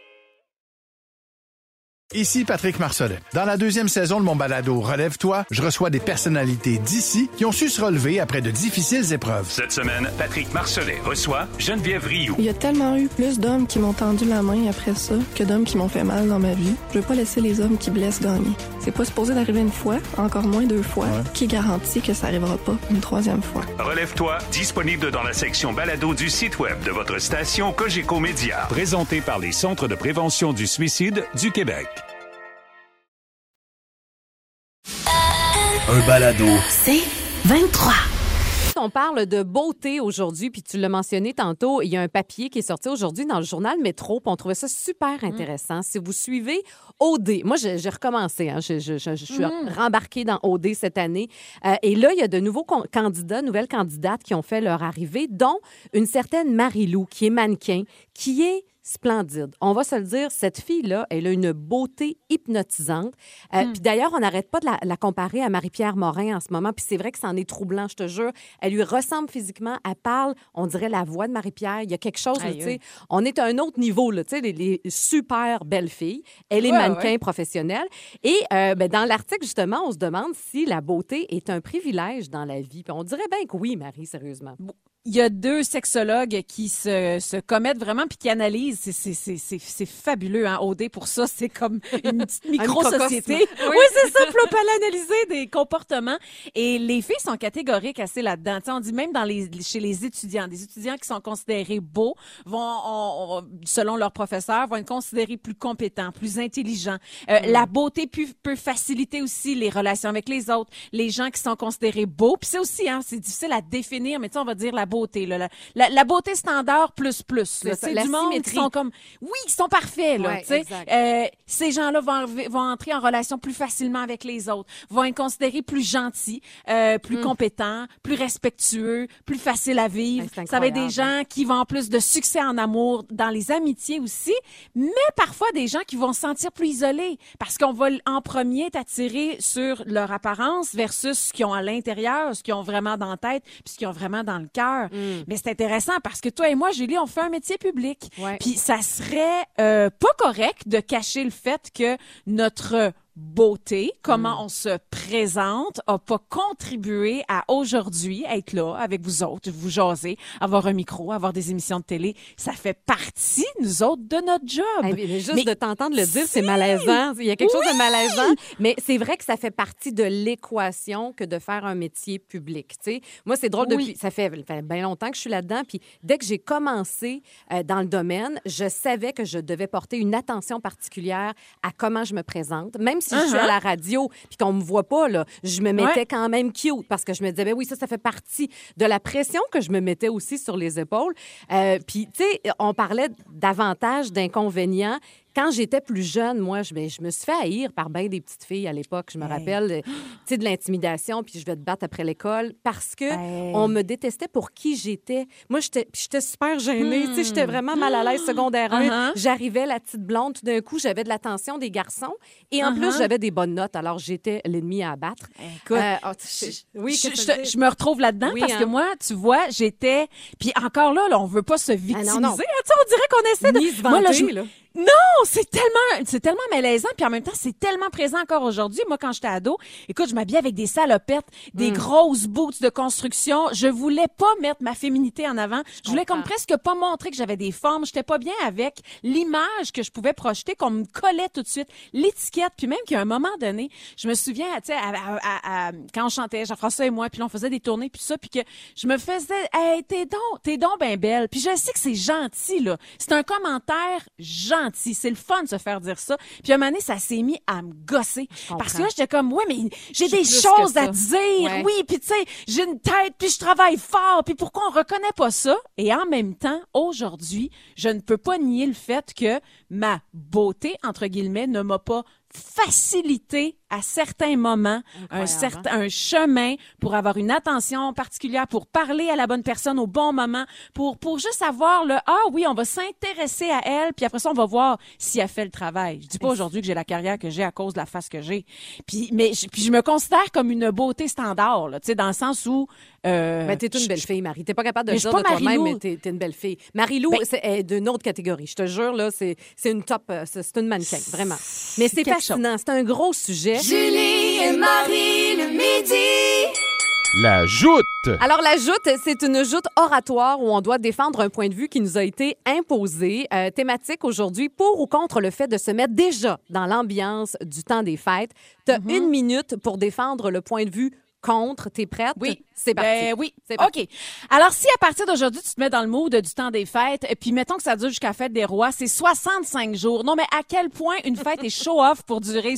Ici Patrick Marcelet. Dans la 2e saison de mon balado Relève-toi, je reçois des personnalités d'ici qui ont su se relever après de difficiles épreuves.
Cette semaine, Patrick Marcelet reçoit Geneviève Rioux.
Il y a tellement eu plus d'hommes qui m'ont tendu la main après ça que d'hommes qui m'ont fait mal dans ma vie. Je veux pas laisser les hommes qui blessent gagner. C'est pas supposé d'arriver une fois, encore moins 2 fois. Qui garantit que ça arrivera pas une 3e fois?
Relève-toi, disponible dans la section balado du site web de votre station Cogeco Média. Présenté par les Centres de prévention du suicide du Québec.
Un balado.
C'est 23.
On parle de beauté aujourd'hui, puis tu l'as mentionné tantôt, il y a un papier qui est sorti aujourd'hui dans le journal Métro, puis on trouvait ça super intéressant. Si vous suivez OD, moi j'ai recommencé, hein, je suis rembarquée dans OD cette année, et là il y a de nouveaux candidats, nouvelles candidates qui ont fait leur arrivée, dont une certaine Marie-Lou, qui est mannequin, qui est splendide. On va se le dire, cette fille-là, elle a une beauté hypnotisante. Puis d'ailleurs, on n'arrête pas de la comparer à Marie-Pierre Morin en ce moment. Puis c'est vrai que c'en est troublant, je te jure. Elle lui ressemble physiquement. Elle parle, on dirait la voix de Marie-Pierre. Il y a quelque chose, tu sais. On est à un autre niveau, tu sais, les super belles filles. Elle est mannequin professionnelle. Et dans l'article, justement, on se demande si la beauté est un privilège dans la vie. Puis on dirait bien que oui, Marie, sérieusement.
Il y a 2 sexologues qui se commettent vraiment puis qui analysent. C'est fabuleux, hein, OD, pour ça. C'est comme une petite micro-société. Oui, c'est ça. Puis on peut aller analyser des comportements. Et les filles sont catégoriques assez là-dedans. T'sais, on dit même chez les étudiants, des étudiants qui sont considérés beaux vont, selon leurs professeurs, vont être considérés plus compétents, plus intelligents. La beauté peut faciliter aussi les relations avec les autres. Les gens qui sont considérés beaux. Puis c'est aussi, hein, c'est difficile à définir, mais tu sais, on va dire la beauté. La beauté standard plus. C'est du monde qui sont comme... Oui, qui sont parfaits. Là, ces gens-là vont entrer en relation plus facilement avec les autres, vont être considérés plus gentils, plus compétents, plus respectueux, plus faciles à vivre. Ça va être des gens qui vont avoir plus de succès en amour, dans les amitiés aussi, mais parfois des gens qui vont se sentir plus isolés parce qu'on va en premier t'attirer sur leur apparence versus ce qu'ils ont à l'intérieur, ce qu'ils ont vraiment dans la tête puis ce qu'ils ont vraiment dans le cœur. Mais c'est intéressant parce que toi et moi, Julie, on fait un métier public. Puis ça serait pas correct de cacher le fait que notre beauté, comment on se présente, a pas contribué à aujourd'hui être là avec vous autres, vous jaser, avoir un micro, avoir des émissions de télé. Ça fait partie, nous autres, de notre job.
Mais juste de t'entendre le dire, c'est malaisant. Il y a quelque chose de malaisant, mais c'est vrai que ça fait partie de l'équation que de faire un métier public. T'sais. Moi, c'est drôle, ça fait bien longtemps que je suis là-dedans, puis dès que j'ai commencé dans le domaine, je savais que je devais porter une attention particulière à comment je me présente, même si je suis à la radio puis qu'on me voit pas, là, je me mettais quand même cute parce que je me disais, ben oui, ça fait partie de la pression que je me mettais aussi sur les épaules. Puis, tu sais, on parlait d'avantages, d'inconvénients. Quand j'étais plus jeune, moi, je me suis fait haïr par bien des petites filles à l'époque. Je me rappelle, tu sais, de l'intimidation, puis je vais te battre après l'école parce que on me détestait pour qui j'étais. Moi, j'étais super gênée. Tu sais, j'étais vraiment mal à l'aise secondaire 1. J'arrivais, la petite blonde, tout d'un coup, j'avais de l'attention des garçons et en plus, j'avais des bonnes notes. Alors, j'étais l'ennemi à abattre.
Écoute, je me retrouve là-dedans parce que moi, tu vois, j'étais... Puis encore là, on veut pas se victimiser.
Non.
On dirait qu'on essaie de...
Ni se vanter, là.
Non, c'est tellement malaisant, puis en même temps, c'est tellement présent encore aujourd'hui. Moi, quand j'étais ado, écoute, je m'habillais avec des salopettes, des grosses boots de construction. Je voulais pas mettre ma féminité en avant. Je voulais comme presque pas montrer que j'avais des formes. J'étais pas bien avec l'image que je pouvais projeter, qu'on me collait tout de suite, l'étiquette. Puis même qu'à un moment donné, je me souviens, tu sais, quand on chantait, Jean-François et moi, puis là, on faisait des tournées, puis ça, puis que je me faisais, hey, t'es donc ben belle. Puis je sais que c'est gentil, là. C'est un commentaire gentil. C'est le fun de se faire dire ça. Puis à un moment donné, ça s'est mis à me gosser. Parce que là, j'étais comme, ouais, mais j'ai des choses à dire. Ouais. Oui, puis tu sais, j'ai une tête, puis je travaille fort. Puis pourquoi on reconnaît pas ça? Et en même temps, aujourd'hui, je ne peux pas nier le fait que ma beauté, entre guillemets, ne m'a pas facilité à certains moments un chemin pour avoir une attention particulière, pour parler à la bonne personne au bon moment, pour juste avoir on va s'intéresser à elle, puis après ça, on va voir si elle fait le travail. Je dis pas aujourd'hui que j'ai la carrière que j'ai à cause de la face que j'ai. Puis je me considère comme une beauté standard, là, tu sais, dans le sens où...
Mais t'es une belle fille, Marie. T'es pas capable de le dire de toi-même, mais t'es une belle fille. Marie-Lou, c'est d'une autre catégorie. Je te jure, là, c'est une top... c'est une mannequin, vraiment. Mais c'est fascinant. C'est un gros sujet.
Julie et Marie, le midi.
La joute.
Alors, la joute, c'est une joute oratoire où on doit défendre un point de vue qui nous a été imposé. Thématique aujourd'hui, pour ou contre le fait de se mettre déjà dans l'ambiance du temps des fêtes. T'as 1 minute pour défendre le point de vue contre. T'es prête?
Oui.
C'est parti.
Oui. C'est parti. OK. Alors, si à partir d'aujourd'hui, tu te mets dans le mood du temps des fêtes, puis mettons que ça dure jusqu'à la fête des rois, c'est 65 jours. Non, mais à quel point une fête est show-off pour durer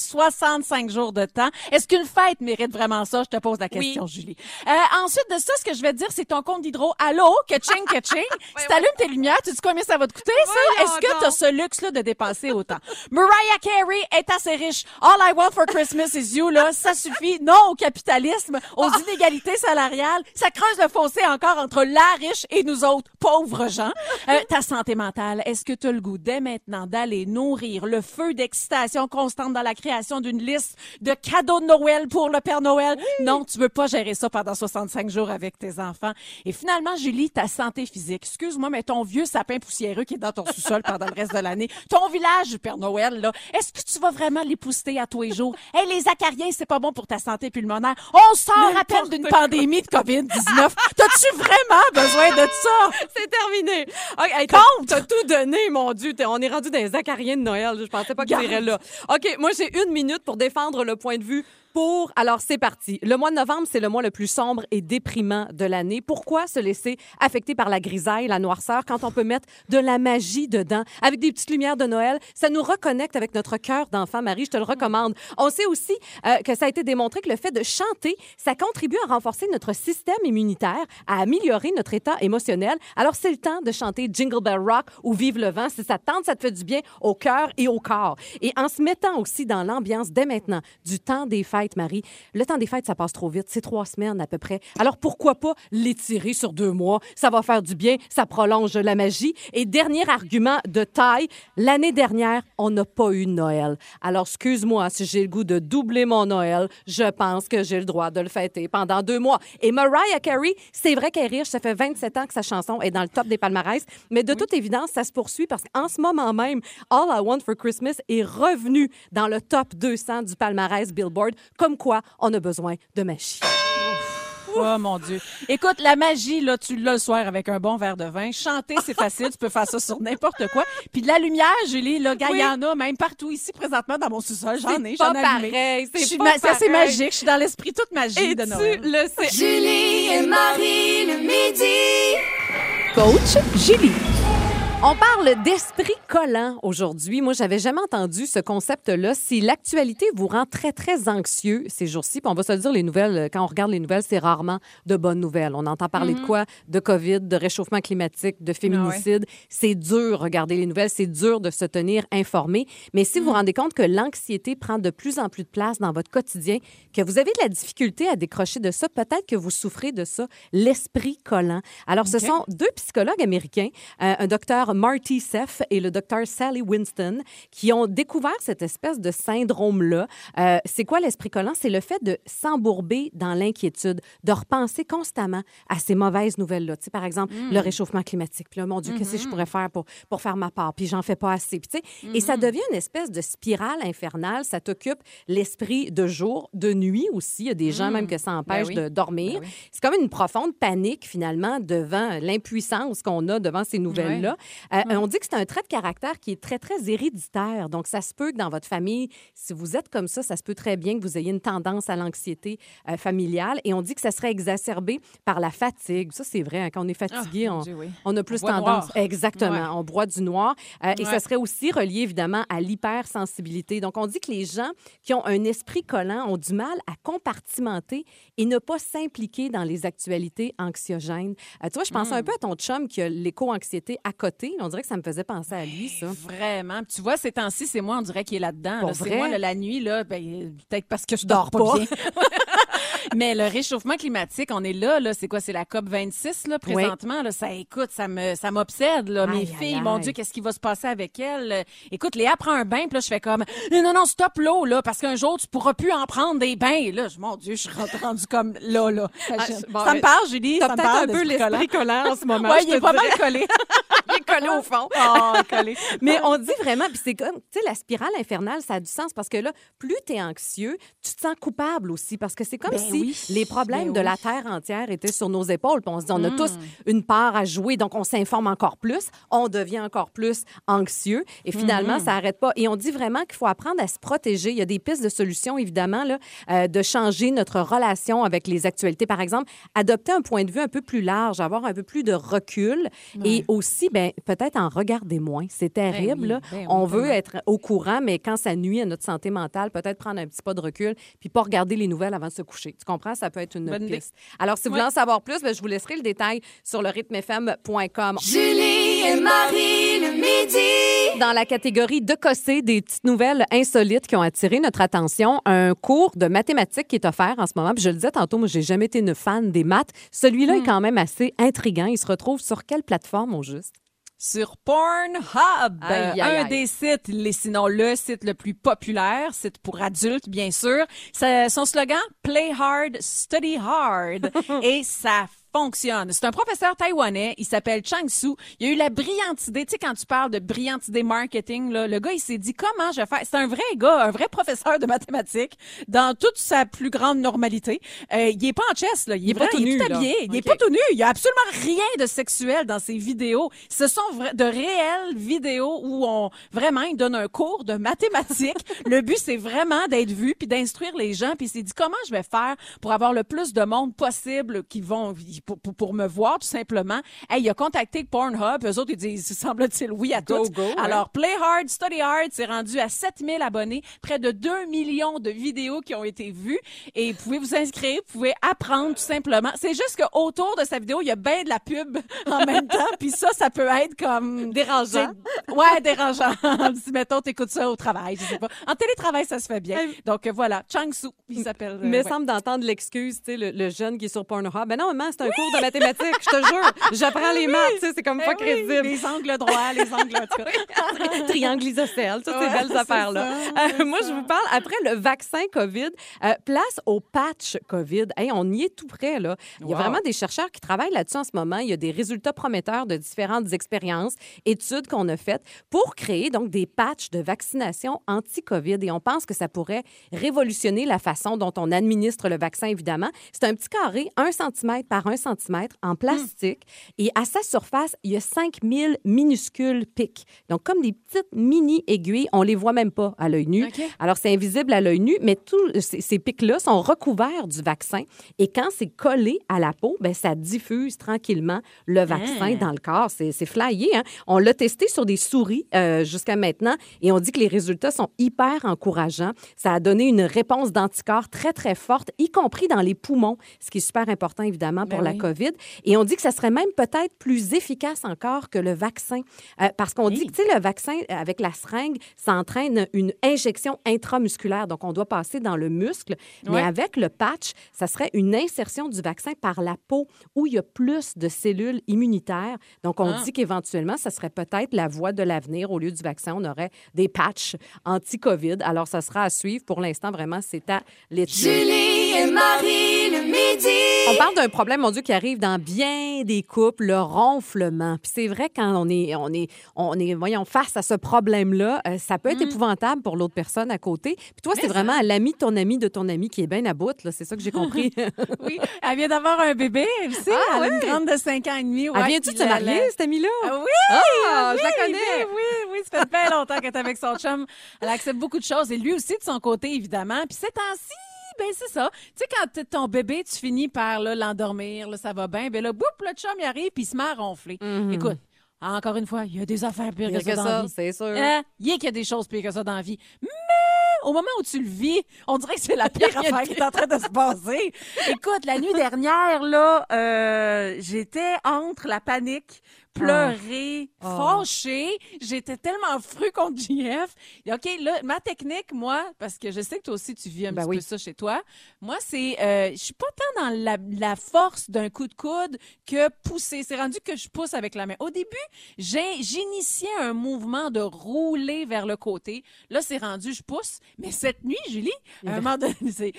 65 jours de temps? Est-ce qu'une fête mérite vraiment ça? Je te pose la question, Julie. Ensuite de ça, ce que je vais te dire, c'est ton compte d'hydro. Allô? Ka-ching, ka-ching. Si t'allumes tes lumières, tu sais combien ça va te coûter, ça? Est-ce que t'as ce luxe-là de dépenser autant? Mariah Carey est assez riche. All I want for Christmas is you, là. Ça suffit. Non au capitalisme, aux inégalités salariales. Ça creuse le fossé encore entre la riche et nous autres, pauvres gens. Ta santé mentale, est-ce que tu as le goût dès maintenant d'aller nourrir le feu d'excitation constante dans la création d'une liste de cadeaux de Noël pour le Père Noël? Oui. Non, tu veux pas gérer ça pendant 65 jours avec tes enfants. Et finalement, Julie, ta santé physique. Excuse-moi, mais ton vieux sapin poussiéreux qui est dans ton sous-sol pendant le reste de l'année, ton village du Père Noël, là, est-ce que tu vas vraiment l'épousseter à tous les jours? Hey, les acariens, c'est pas bon pour ta santé pulmonaire. On sort à peine d'une pandémie de COVID-19. T'as-tu vraiment besoin de ça?
C'est terminé. Okay, hey, t'as tout donné, mon Dieu. On est rendu dans les acariens de Noël. Je pensais pas que tu irais là. OK, moi, j'ai 1 minute pour défendre le point de vue pour... Alors, c'est parti. Le mois de novembre, c'est le mois le plus sombre et déprimant de l'année. Pourquoi se laisser affecter par la grisaille, la noirceur, quand on peut mettre de la magie dedans, avec des petites lumières de Noël? Ça nous reconnecte avec notre cœur d'enfant, Marie. Je te le recommande. On sait aussi que ça a été démontré que le fait de chanter, ça contribue à renforcer notre système immunitaire, à améliorer notre état émotionnel. Alors, c'est le temps de chanter Jingle Bell Rock ou Vive le vent. Si ça te tente, ça te fait du bien au cœur et au corps. Et en se mettant aussi dans l'ambiance dès maintenant du temps des fêtes, Marie. Le temps des fêtes, ça passe trop vite. C'est 3 semaines à peu près. Alors, pourquoi pas l'étirer sur 2 mois? Ça va faire du bien. Ça prolonge la magie. Et dernier argument de taille, l'année dernière, on n'a pas eu Noël. Alors, excuse-moi si j'ai le goût de doubler mon Noël. Je pense que j'ai le droit de le fêter pendant 2 mois. Et Mariah Carey, c'est vrai qu'elle est riche. Ça fait 27 ans que sa chanson est dans le top des palmarès. Mais de toute évidence, ça se poursuit parce qu'en ce moment même, All I Want for Christmas est revenu dans le top 200 du palmarès Billboard. Comme quoi, on a besoin de magie.
Oh mon Dieu. Écoute, la magie, là, tu l'as le soir avec un bon verre de vin. Chanter, c'est facile. Tu peux faire ça sur n'importe quoi. Puis de la lumière, Julie, là, il y en a même partout ici, présentement, dans mon sous-sol. J'en ai allumé. C'est magique. Je suis dans l'esprit toute magie de Noël.
Tu le sais.
Julie et Marie, le midi.
Coach Julie.
On parle d'esprit collant aujourd'hui. Moi, j'avais jamais entendu ce concept-là. Si l'actualité vous rend très, très anxieux ces jours-ci, puis on va se le dire, les nouvelles, quand on regarde les nouvelles, c'est rarement de bonnes nouvelles. On entend parler de quoi? De COVID, de réchauffement climatique, de féminicide. Ah ouais. C'est dur, regarder les nouvelles, c'est dur de se tenir informé. Mais si vous vous rendez compte que l'anxiété prend de plus en plus de place dans votre quotidien, que vous avez de la difficulté à décrocher de ça, peut-être que vous souffrez de ça, l'esprit collant. Alors, ce sont deux psychologues américains, un docteur Marty Seff et le docteur Sally Winston, qui ont découvert cette espèce de syndrome-là. C'est quoi l'esprit collant? C'est le fait de s'embourber dans l'inquiétude, de repenser constamment à ces mauvaises nouvelles-là. Tu sais, par exemple, le réchauffement climatique. Puis là, mon Dieu, qu'est-ce que je pourrais faire pour faire ma part? Puis j'en fais pas assez. Puis, tu sais, et ça devient une espèce de spirale infernale. Ça t'occupe l'esprit de jour, de nuit aussi. Il y a des gens même que ça empêche de dormir. C'est comme une profonde panique, finalement, devant l'impuissance qu'on a devant ces nouvelles-là. On dit que c'est un trait de caractère qui est très, très héréditaire. Donc, ça se peut que dans votre famille, si vous êtes comme ça se peut très bien que vous ayez une tendance à l'anxiété familiale. Et on dit que ça serait exacerbé par la fatigue. Ça, c'est vrai. Hein, quand on est fatigué, on a plus tendance. Noir. Exactement. On broie du noir. Et ça serait aussi relié, évidemment, à l'hypersensibilité. Donc, on dit que les gens qui ont un esprit collant ont du mal à compartimenter et ne pas s'impliquer dans les actualités anxiogènes. Tu vois, je pensais un peu à ton chum qui a l'éco-anxiété à côté. On dirait que ça me faisait penser à lui, ça.
Vraiment. Puis tu vois, ces temps-ci, c'est moi, on dirait qu'il est là-dedans. Là. C'est moi, la nuit, là, peut-être parce que je dors pas bien. Mais le réchauffement climatique, on est là, c'est quoi? C'est la COP26, là, présentement. Là, ça m'obsède, là. Mes filles, mon Dieu, qu'est-ce qui va se passer avec elles? Écoute, Léa prend un bain, puis là, je fais comme, non, stop l'eau, là, parce qu'un jour, tu pourras plus en prendre des bains. Là, mon Dieu, je suis rendue comme là. Ça me parle, Julie, ça me parle.
T'as peut-être un peu l'esprit collant en ce moment.
Oui, il est pas mal collé.
Il est collé au fond.
Collé.
Mais on dit vraiment, puis c'est comme, tu sais, la spirale infernale, ça a du sens parce que là, plus t'es anxieux, tu te sens coupable aussi parce que c'est comme si les problèmes de la Terre entière étaient sur nos épaules. Puis on se dit, on a tous une part à jouer, donc on s'informe encore plus, on devient encore plus anxieux et finalement, ça n'arrête pas. Et on dit vraiment qu'il faut apprendre à se protéger. Il y a des pistes de solutions, évidemment, là, de changer notre relation avec les actualités. Par exemple, adopter un point de vue un peu plus large, avoir un peu plus de recul et aussi, peut-être en regarder moins. C'est terrible, là. On veut être au courant, mais quand ça nuit à notre santé mentale, peut-être prendre un petit pas de recul puis pas regarder les nouvelles avant de se coucher. Tu comprends? Ça peut être une piste. Alors, si vous voulez en savoir plus, je vous laisserai le détail sur le rythmefm.com.
Julie et Marie, le midi.
Dans la catégorie de cosser, des petites nouvelles insolites qui ont attiré notre attention, un cours de mathématiques qui est offert en ce moment. Puis je le disais tantôt, moi, j'ai jamais été une fan des maths. Celui-là est quand même assez intriguant. Il se retrouve sur quelle plateforme, au juste?
Sur Pornhub, un des sites, sinon le site le plus populaire, site pour adultes, bien sûr. Son slogan, « Play hard, study hard ». Et ça fonctionne. C'est un professeur taïwanais, il s'appelle Chang Su. Il a eu la brillante idée, tu sais, quand tu parles de brillante idée marketing, là, le gars, il s'est dit comment je vais faire. C'est un vrai gars, un vrai professeur de mathématiques, dans toute sa plus grande normalité. Il est pas en chess, là. Il est tout habillé. Il est pas tout nu. Il y a absolument rien de sexuel dans ses vidéos. Ce sont de réelles vidéos où il donne un cours de mathématiques. Le but, c'est vraiment d'être vu puis d'instruire les gens. Puis il s'est dit comment je vais faire pour avoir le plus de monde possible qui vont pour me voir, tout simplement. Hey, il a contacté Pornhub. Eux autres, ils disent, semble-t-il, oui à tout. Alors, Play Hard, Study Hard, c'est rendu à 7000 abonnés, près de 2 millions de vidéos qui ont été vues. Et vous pouvez vous inscrire, vous pouvez apprendre, tout simplement. C'est juste qu'autour de sa vidéo, il y a bien de la pub en même temps. Puis ça peut être comme...
dérangeant.
Ouais, dérangeant. Si, mettons, t'écoutes ça au travail, je sais pas. En télétravail, ça se fait bien. Donc, voilà. Chang Su, il s'appelle...
Mais semble d'entendre l'excuse, tu sais, le jeune qui est sur Pornhub. Ben non, maman, c'est un cours de mathématiques, je te jure. J'apprends les maths, tu sais, c'est comme pas crédible.
Les angles droits, les angles... En tout cas.
Triangle isocèle, toutes ces belles affaires-là. Moi, je vous parle, après le vaccin COVID, place au patch COVID. Hey, on y est tout près, là. Il y a vraiment des chercheurs qui travaillent là-dessus en ce moment. Il y a des résultats prometteurs de différentes expériences, études qu'on a faites pour créer donc des patchs de vaccination anti-COVID. Et on pense que ça pourrait révolutionner la façon dont on administre le vaccin, évidemment. C'est un petit carré, 1 cm par 1 cm en plastique et à sa surface, il y a 5000 minuscules pics. Donc, comme des petites mini-aiguilles, on les voit même pas à l'œil nu.
Okay.
Alors, c'est invisible à l'œil nu, mais tous ces pics-là sont recouverts du vaccin. Et quand c'est collé à la peau, ben ça diffuse tranquillement le vaccin dans le corps. C'est flyé, hein? On l'a testé sur des souris jusqu'à maintenant et on dit que les résultats sont hyper encourageants. Ça a donné une réponse d'anticorps très, très forte, y compris dans les poumons, ce qui est super important, évidemment, pour la COVID. Et on dit que ça serait même peut-être plus efficace encore que le vaccin. Parce qu'on dit que, tu sais, le vaccin, avec la seringue, ça entraîne une injection intramusculaire. Donc, on doit passer dans le muscle. Mais avec le patch, ça serait une insertion du vaccin par la peau où il y a plus de cellules immunitaires. Donc, on dit qu'éventuellement, ça serait peut-être la voie de l'avenir. Au lieu du vaccin, on aurait des patchs anti-COVID. Alors, ça sera à suivre. Pour l'instant, vraiment, c'est à l'étude.
Julie et Marie, le midi.
On parle d'un problème, mon Dieu, qui arrive dans bien des couples, le ronflement. Puis c'est vrai, quand on est voyons, face à ce problème-là, ça peut être épouvantable pour l'autre personne à côté. Puis toi, c'est vraiment l'ami de ton ami qui est bien à bout, là. C'est ça que j'ai compris.
Oui, elle vient d'avoir un bébé, elle aussi. Elle a une grande de 5 ans et demi.
Elle vient-tu de se marier, cette amie-là?
Oui!
Je la connais!
Oui, ça fait bien longtemps qu'elle est avec son chum. Elle accepte beaucoup de choses. Et lui aussi, de son côté, évidemment. Puis ces temps-ci, ben c'est ça. Tu sais, quand ton bébé, tu finis par l'endormir, là, ça va bien, ben là, boum, le chum, il arrive, puis il se met à ronfler. Écoute, encore une fois, il y a des affaires pires que ça dans la vie.
C'est sûr.
Il y a des choses pires que ça dans la vie. Mais au moment où tu le vis, on dirait que c'est la pire affaire qui est en train de se passer. Écoute, la nuit dernière, là, j'étais entre la panique, pleurer, fâchée. J'étais tellement fru contre JF. Et OK, là, ma technique, moi, parce que je sais que toi aussi, tu vis un petit peu ça chez toi, moi, c'est... je suis pas tant dans la force d'un coup de coude que pousser. C'est rendu que je pousse avec la main. Au début, j'initiais un mouvement de rouler vers le côté. Là, c'est rendu, je pousse. Mais cette nuit, Julie, à un moment donné,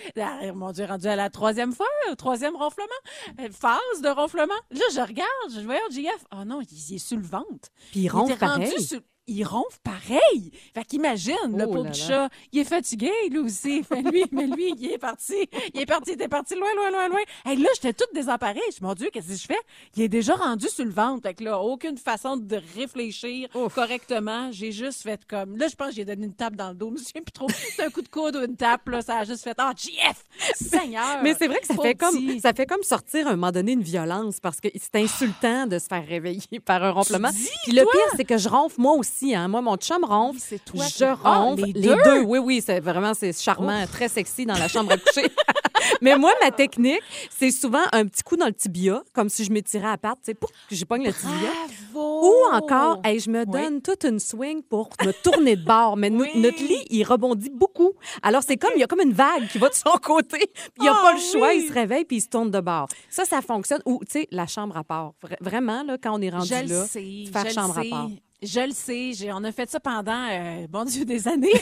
mon Dieu, rendu à la troisième fois, au troisième ronflement, phase de ronflement. Là, je regarde, je vois JF. Oh non, il est sur le ventre.
Puis il ronfle pareil.
Il ronfle pareil. Fait qu'imagine, le pauvre chat, il est fatigué, lui aussi. Mais lui, il est parti. Il était parti loin. Hey, là, j'étais toute désemparée. Je me suis dit, mon Dieu, qu'est-ce que je fais? Il est déjà rendu sur le ventre. Fait que là, aucune façon de réfléchir correctement. J'ai juste fait comme... Là, je pense que j'ai donné une tape dans le dos. Je me souviens plus trop. C'est un coup de coude ou une tape, là. Ça a juste fait, JF! Seigneur!
Mais c'est vrai que ça fait comme sortir à un moment donné une violence parce que c'est insultant de se faire réveiller par un ronflement. Puis le pire, c'est que je ronfle moi aussi. Hein. Moi, mon chum ronfle, je ronfle. Les deux. Oui, c'est charmant, très sexy dans la chambre à coucher. Mais moi, ma technique, c'est souvent un petit coup dans le tibia, comme si je m'étirais à patte, tu sais, pour que je pogne le tibia.
Bravo!
Ou encore, je me donne toute une swing pour me tourner de bord. Mais notre lit, il rebondit beaucoup. Alors, c'est comme, il y a comme une vague qui va de son côté. Puis il n'y a pas le choix, il se réveille puis il se tourne de bord. Ça fonctionne. Ou, tu sais, la chambre à part. Vraiment, là, quand on est rendu faire chambre à part.
Je le sais. On a fait ça pendant, bon Dieu, des années.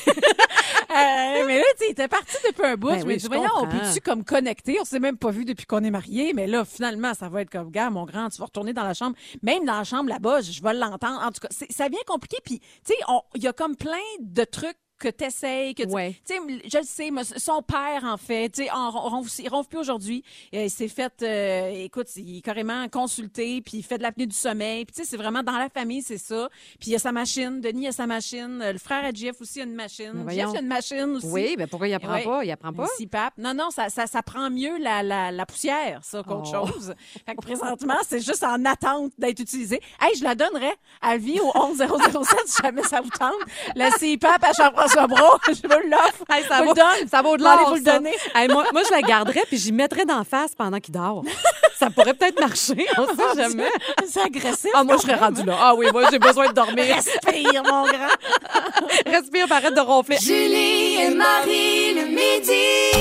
Mais là, tu sais, il était parti depuis un bout. Je me dis, voyons, on peut-tu comme connecter? On s'est même pas vu depuis qu'on est mariés. Mais là, finalement, ça va être comme, gars, mon grand, tu vas retourner dans la chambre. Même dans la chambre là-bas, je vais l'entendre. En tout cas, ça devient compliqué. Puis, tu sais, il y a comme plein de trucs que t'essayes, que tu sais, je le sais, son père, en fait, tu sais, il ronfle plus aujourd'hui. Il s'est fait, écoute, il est carrément consulté, puis il fait de l'apnée du sommeil, puis tu sais, c'est vraiment dans la famille, c'est ça. Puis il a sa machine, Denis a sa machine, le frère à Jeff aussi a une machine. Jeff a une machine aussi.
Oui, mais pourquoi il apprend pas? Il apprend pas?
CPAP. Non, ça prend mieux la poussière, ça, qu'autre chose. Fait que présentement, c'est juste en attente d'être utilisé. Hey, je la donnerais à vie au 11007 si jamais ça vous tente. Le CPAP à Jean-François Brault, je vous l'offre.
Hey, ça vaut de l'or. Allez vous le donner. Hey, moi, je la garderais puis j'y mettrais d'en face pendant qu'il dort. Ça pourrait peut-être marcher. On sait jamais.
C'est agressif.
Moi, je serais rendue là. Ah oui, moi, j'ai besoin de dormir.
Respire, mon grand.
Respire, arrête de ronfler.
Julie et Marie, le midi.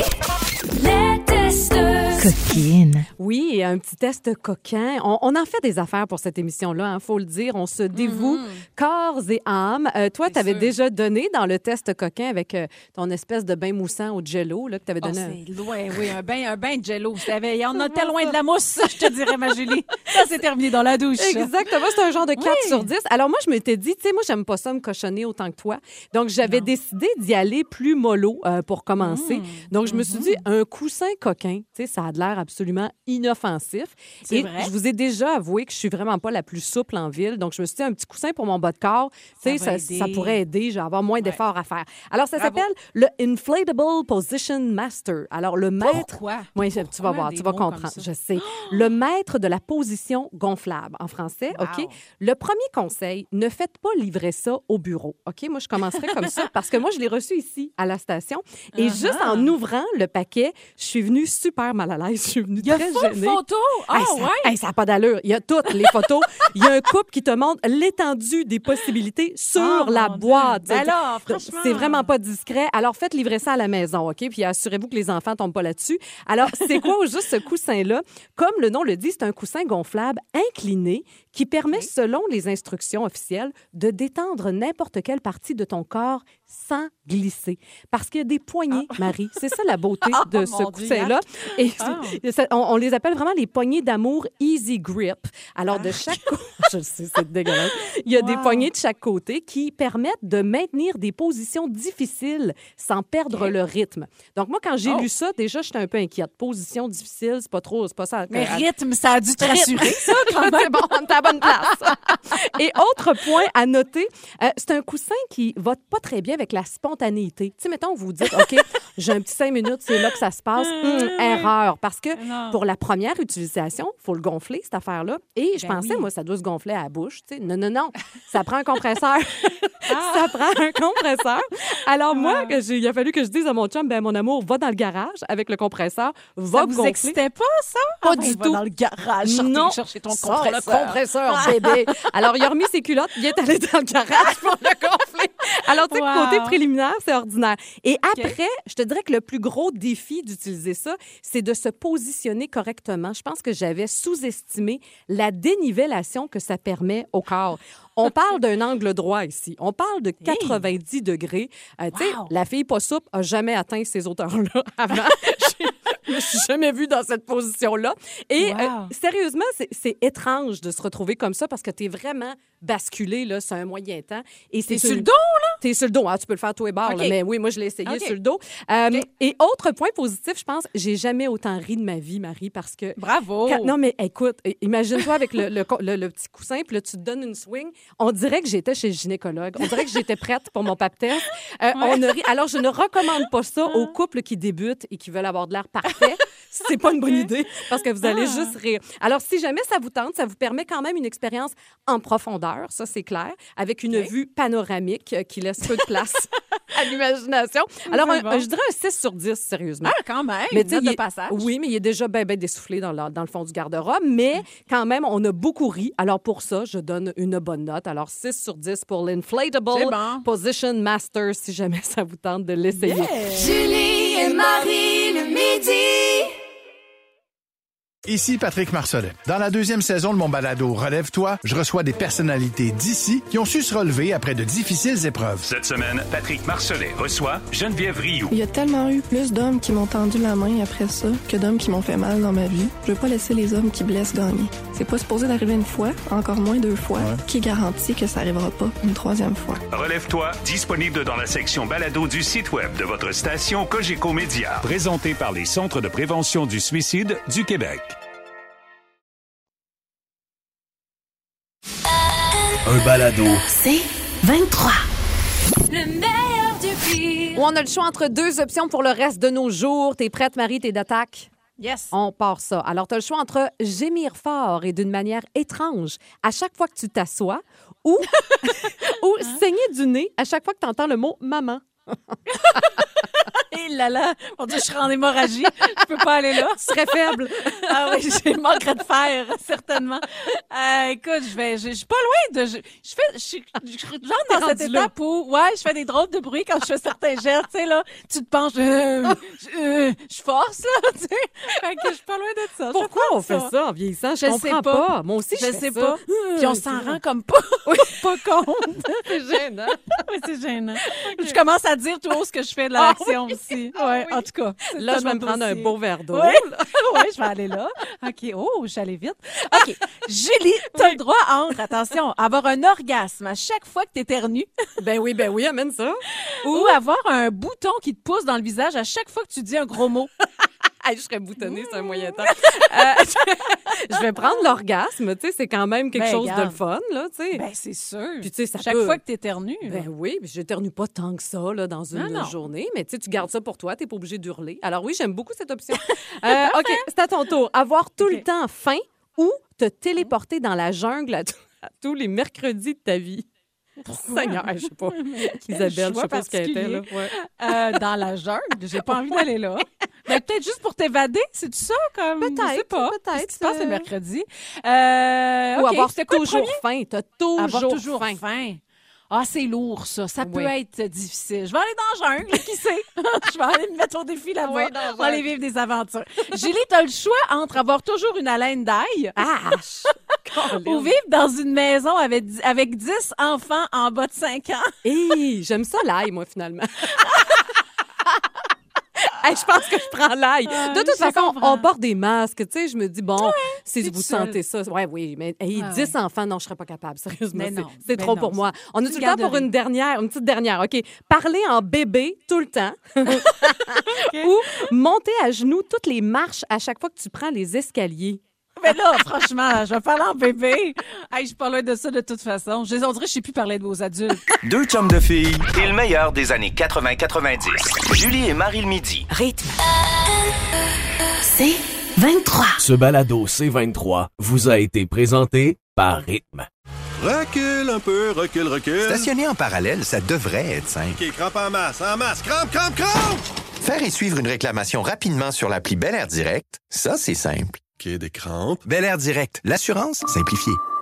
Les testeurs.
Coquine. Oui, un petit test coquin. On en fait des affaires pour cette émission-là, faut le dire. On se dévoue corps et âme. Toi, tu avais déjà donné dans le test coquin avec ton espèce de bain moussant au jello là, que tu avais donné.
C'est loin, oui, un bain de jello. On était loin de la mousse, je te dirais, ma Julie. Ça, c'est terminé dans la douche.
Exactement, c'est un genre de 4 sur 10. Alors moi, je m'étais dit, tu sais, moi, j'aime pas ça me cochonner autant que toi. Donc, j'avais décidé d'y aller plus mollo pour commencer. Donc, je me suis dit, un coussin coquin, tu sais, ça a l'air absolument inoffensif.
C'est
Et
vrai.
je vous ai déjà avoué que je suis vraiment pas la plus souple en ville. Donc, je me suis dit, un petit coussin pour mon bas de corps, tu sais,
va
ça
aider.
pourrait aider. Je vais avoir moins d'efforts à faire. Alors, ça
Bravo.
s'appelle le Inflatable Position Master. Alors, le maître...
Pourquoi?
Oui, tu vas
Pourquoi
voir,
des
tu vas
mots comme
comprendre.
ça?
Je sais. Le maître de la position gonflable. En français,
Wow.
OK? Le premier conseil, ne faites pas livrer ça au bureau. OK? Moi, je commencerai comme ça parce que moi, je l'ai reçu ici à la station. Et juste en ouvrant le paquet, je suis venue super mal à l'aise. Je suis venue
Il y a
très
full
gênée.
photo. Ah, ouais.
Ça n'a pas d'allure. Il y a toutes les photos. Il y a un couple qui te montre l'étendue des possibilités sur
Oh,
la
mon
boîte.
Dieu. Ben là, franchement.
C'est vraiment pas discret. Alors, faites livrer ça à la maison, OK? Puis assurez-vous que les enfants tombent pas là-dessus. Alors, c'est quoi au juste ce coussin-là? Comme le nom le dit, c'est un coussin gonflable incliné qui permet, selon les instructions officielles, de détendre n'importe quelle partie de ton corps sans glisser. Parce qu'il y a des poignées, Marie. C'est ça la beauté de ce
mon Dieu,
coussin-là. Et
Ah.
on les appelle vraiment les poignées d'amour Easy Grip. Alors, de chaque côté, je sais, c'est dégueulasse. Il y a des
Wow.
poignées de chaque côté qui permettent de maintenir des positions difficiles sans perdre le rythme. Donc, moi, quand j'ai lu ça, déjà, j'étais un peu inquiète. Position difficile, c'est pas ça.
Mais rythme, ça a dû te rassurer, ça, quand même.
C'est bon, on est à la bonne place. Et autre point à noter, c'est un coussin qui va pas très bien avec la spontanéité. Tu sais, mettons, vous dites, OK, j'ai un petit 5 minutes, c'est là que ça se passe. Erreur. Parce que
Non.
pour la première utilisation, il faut le gonfler, cette affaire-là. Et je
Ben
pensais,
oui.
moi, ça doit se gonfler à la bouche. Tu sais. Non. Ça prend un compresseur. Ça prend un compresseur. Alors, moi, il a fallu que je dise à mon chum, ben mon amour, va dans le garage avec le compresseur, va
Ça vous
gonfler.
excitait pas, ça?
Pas
Ah,
du
va
tout.
dans le garage,
Non.
chercher ton
Sors
compresseur.
le compresseur, bébé. Alors, il a remis ses culottes, il est allé dans le garage pour le gonfler. Alors, tu sais,
Wow.
côté préliminaire, c'est ordinaire. Et après, je te dirais que le plus gros défi d'utiliser ça, c'est de se positionner correctement. Je pense que j'avais sous-estimé la dénivellation que ça permet au corps. On parle d'un angle droit ici. On parle de 90 degrés. Tu sais,
Wow.
la fille pas souple a jamais atteint ces hauteurs-là avant. Je me suis jamais vue dans cette position-là. Et
Wow.
sérieusement, c'est étrange de se retrouver comme ça parce que tu es vraiment basculé, là, c'est un moyen temps. Et
T'es
c'est
sur le dos, là?
T'es sur le dos. Ah, tu peux le faire tous les bords,
OK.
là, mais oui, moi, je l'ai essayé
OK.
sur le dos. Et autre point positif, je pense, j'ai jamais autant ri de ma vie, Marie, parce que...
Bravo.
Non, mais écoute, imagine-toi avec le petit coussin, puis là, tu te donnes une swing. On dirait que j'étais chez le gynécologue. On dirait que j'étais prête pour mon pap test. On a ri. Alors, je ne recommande pas ça aux couples qui débutent et qui veulent avoir de l'air parfait. C'est pas une bonne idée parce que vous allez juste rire. Alors, si jamais ça vous tente, ça vous permet quand même une expérience en profondeur, ça, c'est clair, avec une vue panoramique qui laisse peu de place à l'imagination. Alors,
C'est bon.
je dirais un 6 sur 10, sérieusement.
Ah, quand même.
Mais tu sais,
note
il
de
est-
passage.
Oui, mais il est déjà bien dessoufflé dans le fond du garde-robe. Mais quand même, on a beaucoup ri. Alors pour ça, je donne une bonne note. Alors 6 sur 10 pour l'Inflatable
C'est bon.
Position Master, si jamais ça vous tente de l'essayer.
Julie et Marie le midi.
Ici Patrick Marcelet. Dans la deuxième saison de mon balado Relève-toi, je reçois des personnalités d'ici qui ont su se relever après de difficiles épreuves.
Cette semaine, Patrick Marcelet reçoit Geneviève Rioux.
Il y a tellement eu plus d'hommes qui m'ont tendu la main après ça que d'hommes qui m'ont fait mal dans ma vie. Je veux pas laisser les hommes qui blessent gagner. C'est pas supposé d'arriver une fois, encore moins 2 fois. Qui garantit que ça arrivera pas une 3e fois?
Relève-toi, disponible dans la section balado du site web de votre station Cogeco Média. Présenté par les Centres de prévention du suicide du Québec.
Un balado.
C'est 23. Le meilleur du pire.
Où on a le choix entre 2 options pour le reste de nos jours. T'es prête, Marie? T'es d'attaque?
Yes.
On part ça. Alors, tu as le choix entre gémir fort et d'une manière étrange à chaque fois que tu t'assois ou, ou saigner du nez à chaque fois que tu entends le mot « maman ».
Et là là, mon Dieu, je serais en hémorragie. Je peux pas aller là.
Tu serais faible.
Ah oui, je manquerais de fer, certainement. Écoute, je suis pas loin de... Je rentre dans cette
rendu là.
étape où, je fais des drôles de bruit quand je fais certains gestes, tu sais, là, tu te penches, je force, là, tu sais. Fait que je suis pas loin de ça.
Pourquoi on fait
ça?
ça en vieillissant? Je
Je
comprends
sais pas.
Moi aussi,
Je
fais
sais
ça.
pas. Puis on s'en rend comme pas compte.
C'est gênant.
Oui, c'est gênant. Je commence à dire tout haut ce que je fais de l'action aussi. Ouais, en tout cas.
Là, je vais me prendre un beau verre d'eau.
Oui, ouais, je vais aller là. OK. Oh, je suis allée vite. OK. Julie, t'as le droit entre, attention, avoir un orgasme à chaque fois que t'éternues
Ben oui, amène ça.
ou avoir un bouton qui te pousse dans le visage à chaque fois que tu dis un gros mot.
Je serais boutonnée sur un moyen temps. Je vais prendre l'orgasme, tu sais, c'est quand même quelque chose de le fun, là, tu sais.
Ben, c'est sûr.
Puis, tu sais, ça
Chaque fois que t'éternues.
Ben oui, mais j'éternue pas tant que ça, là, dans une journée. Mais tu sais, tu gardes ça pour toi, t'es pas obligé d'hurler. Alors oui, j'aime beaucoup cette option. OK, c'est à ton tour. Avoir tout le temps faim ou te téléporter dans la jungle à tous les mercredis de ta vie. Seigneur, je sais pas. Isabelle, je sais pas ce qu'elle était, là. Ouais.
Dans la jungle, j'ai pas envie d'aller là. Mais peut-être juste pour t'évader, c'est ça comme
peut-être,
je sais pas.
peut-être.
Qu'est-ce qui se passe le mercredi?
Ou avoir toujours faim, t'as
toujours faim. Ah, c'est lourd, ça. Ça peut être difficile. Je vais aller dans la jungle, qui sait? Je vais aller me mettre au défi là-bas. On va aller vivre des aventures. Julie, t'as le choix entre avoir toujours une haleine d'ail ou vivre dans une maison avec 10 enfants en bas de 5 ans.
Hey, j'aime ça l'ail, moi, finalement. Je pense que je prends l'ail. De toute façon, on porte des masques. Tu sais, je me dis, bon, si vous sentez ça. Oui, mais 10 enfants, non, je serais pas capable, sérieusement. C'est trop pour moi. On a tout le temps pour une petite dernière. OK. Parler en bébé tout le temps. Ou monter à genoux toutes les marches à chaque fois que tu prends les escaliers.
Mais là, franchement, je vais parler en bébé. Je parlais de ça de toute façon. On dirait que je sais plus parler de vos adultes.
Deux chums de filles et le meilleur des années 80-90. Julie et Marie le midi.
Rythme. C'est 23.
Ce balado C23 vous a été présenté par Rythme.
Recule un peu, recule.
Stationner en parallèle, ça devrait être simple.
OK, crampe en masse, crampe!
Faire et suivre une réclamation rapidement sur l'appli Bel Air Direct, ça, c'est simple.
OK, des crampes.
Bel Air Direct, l'assurance simplifiée.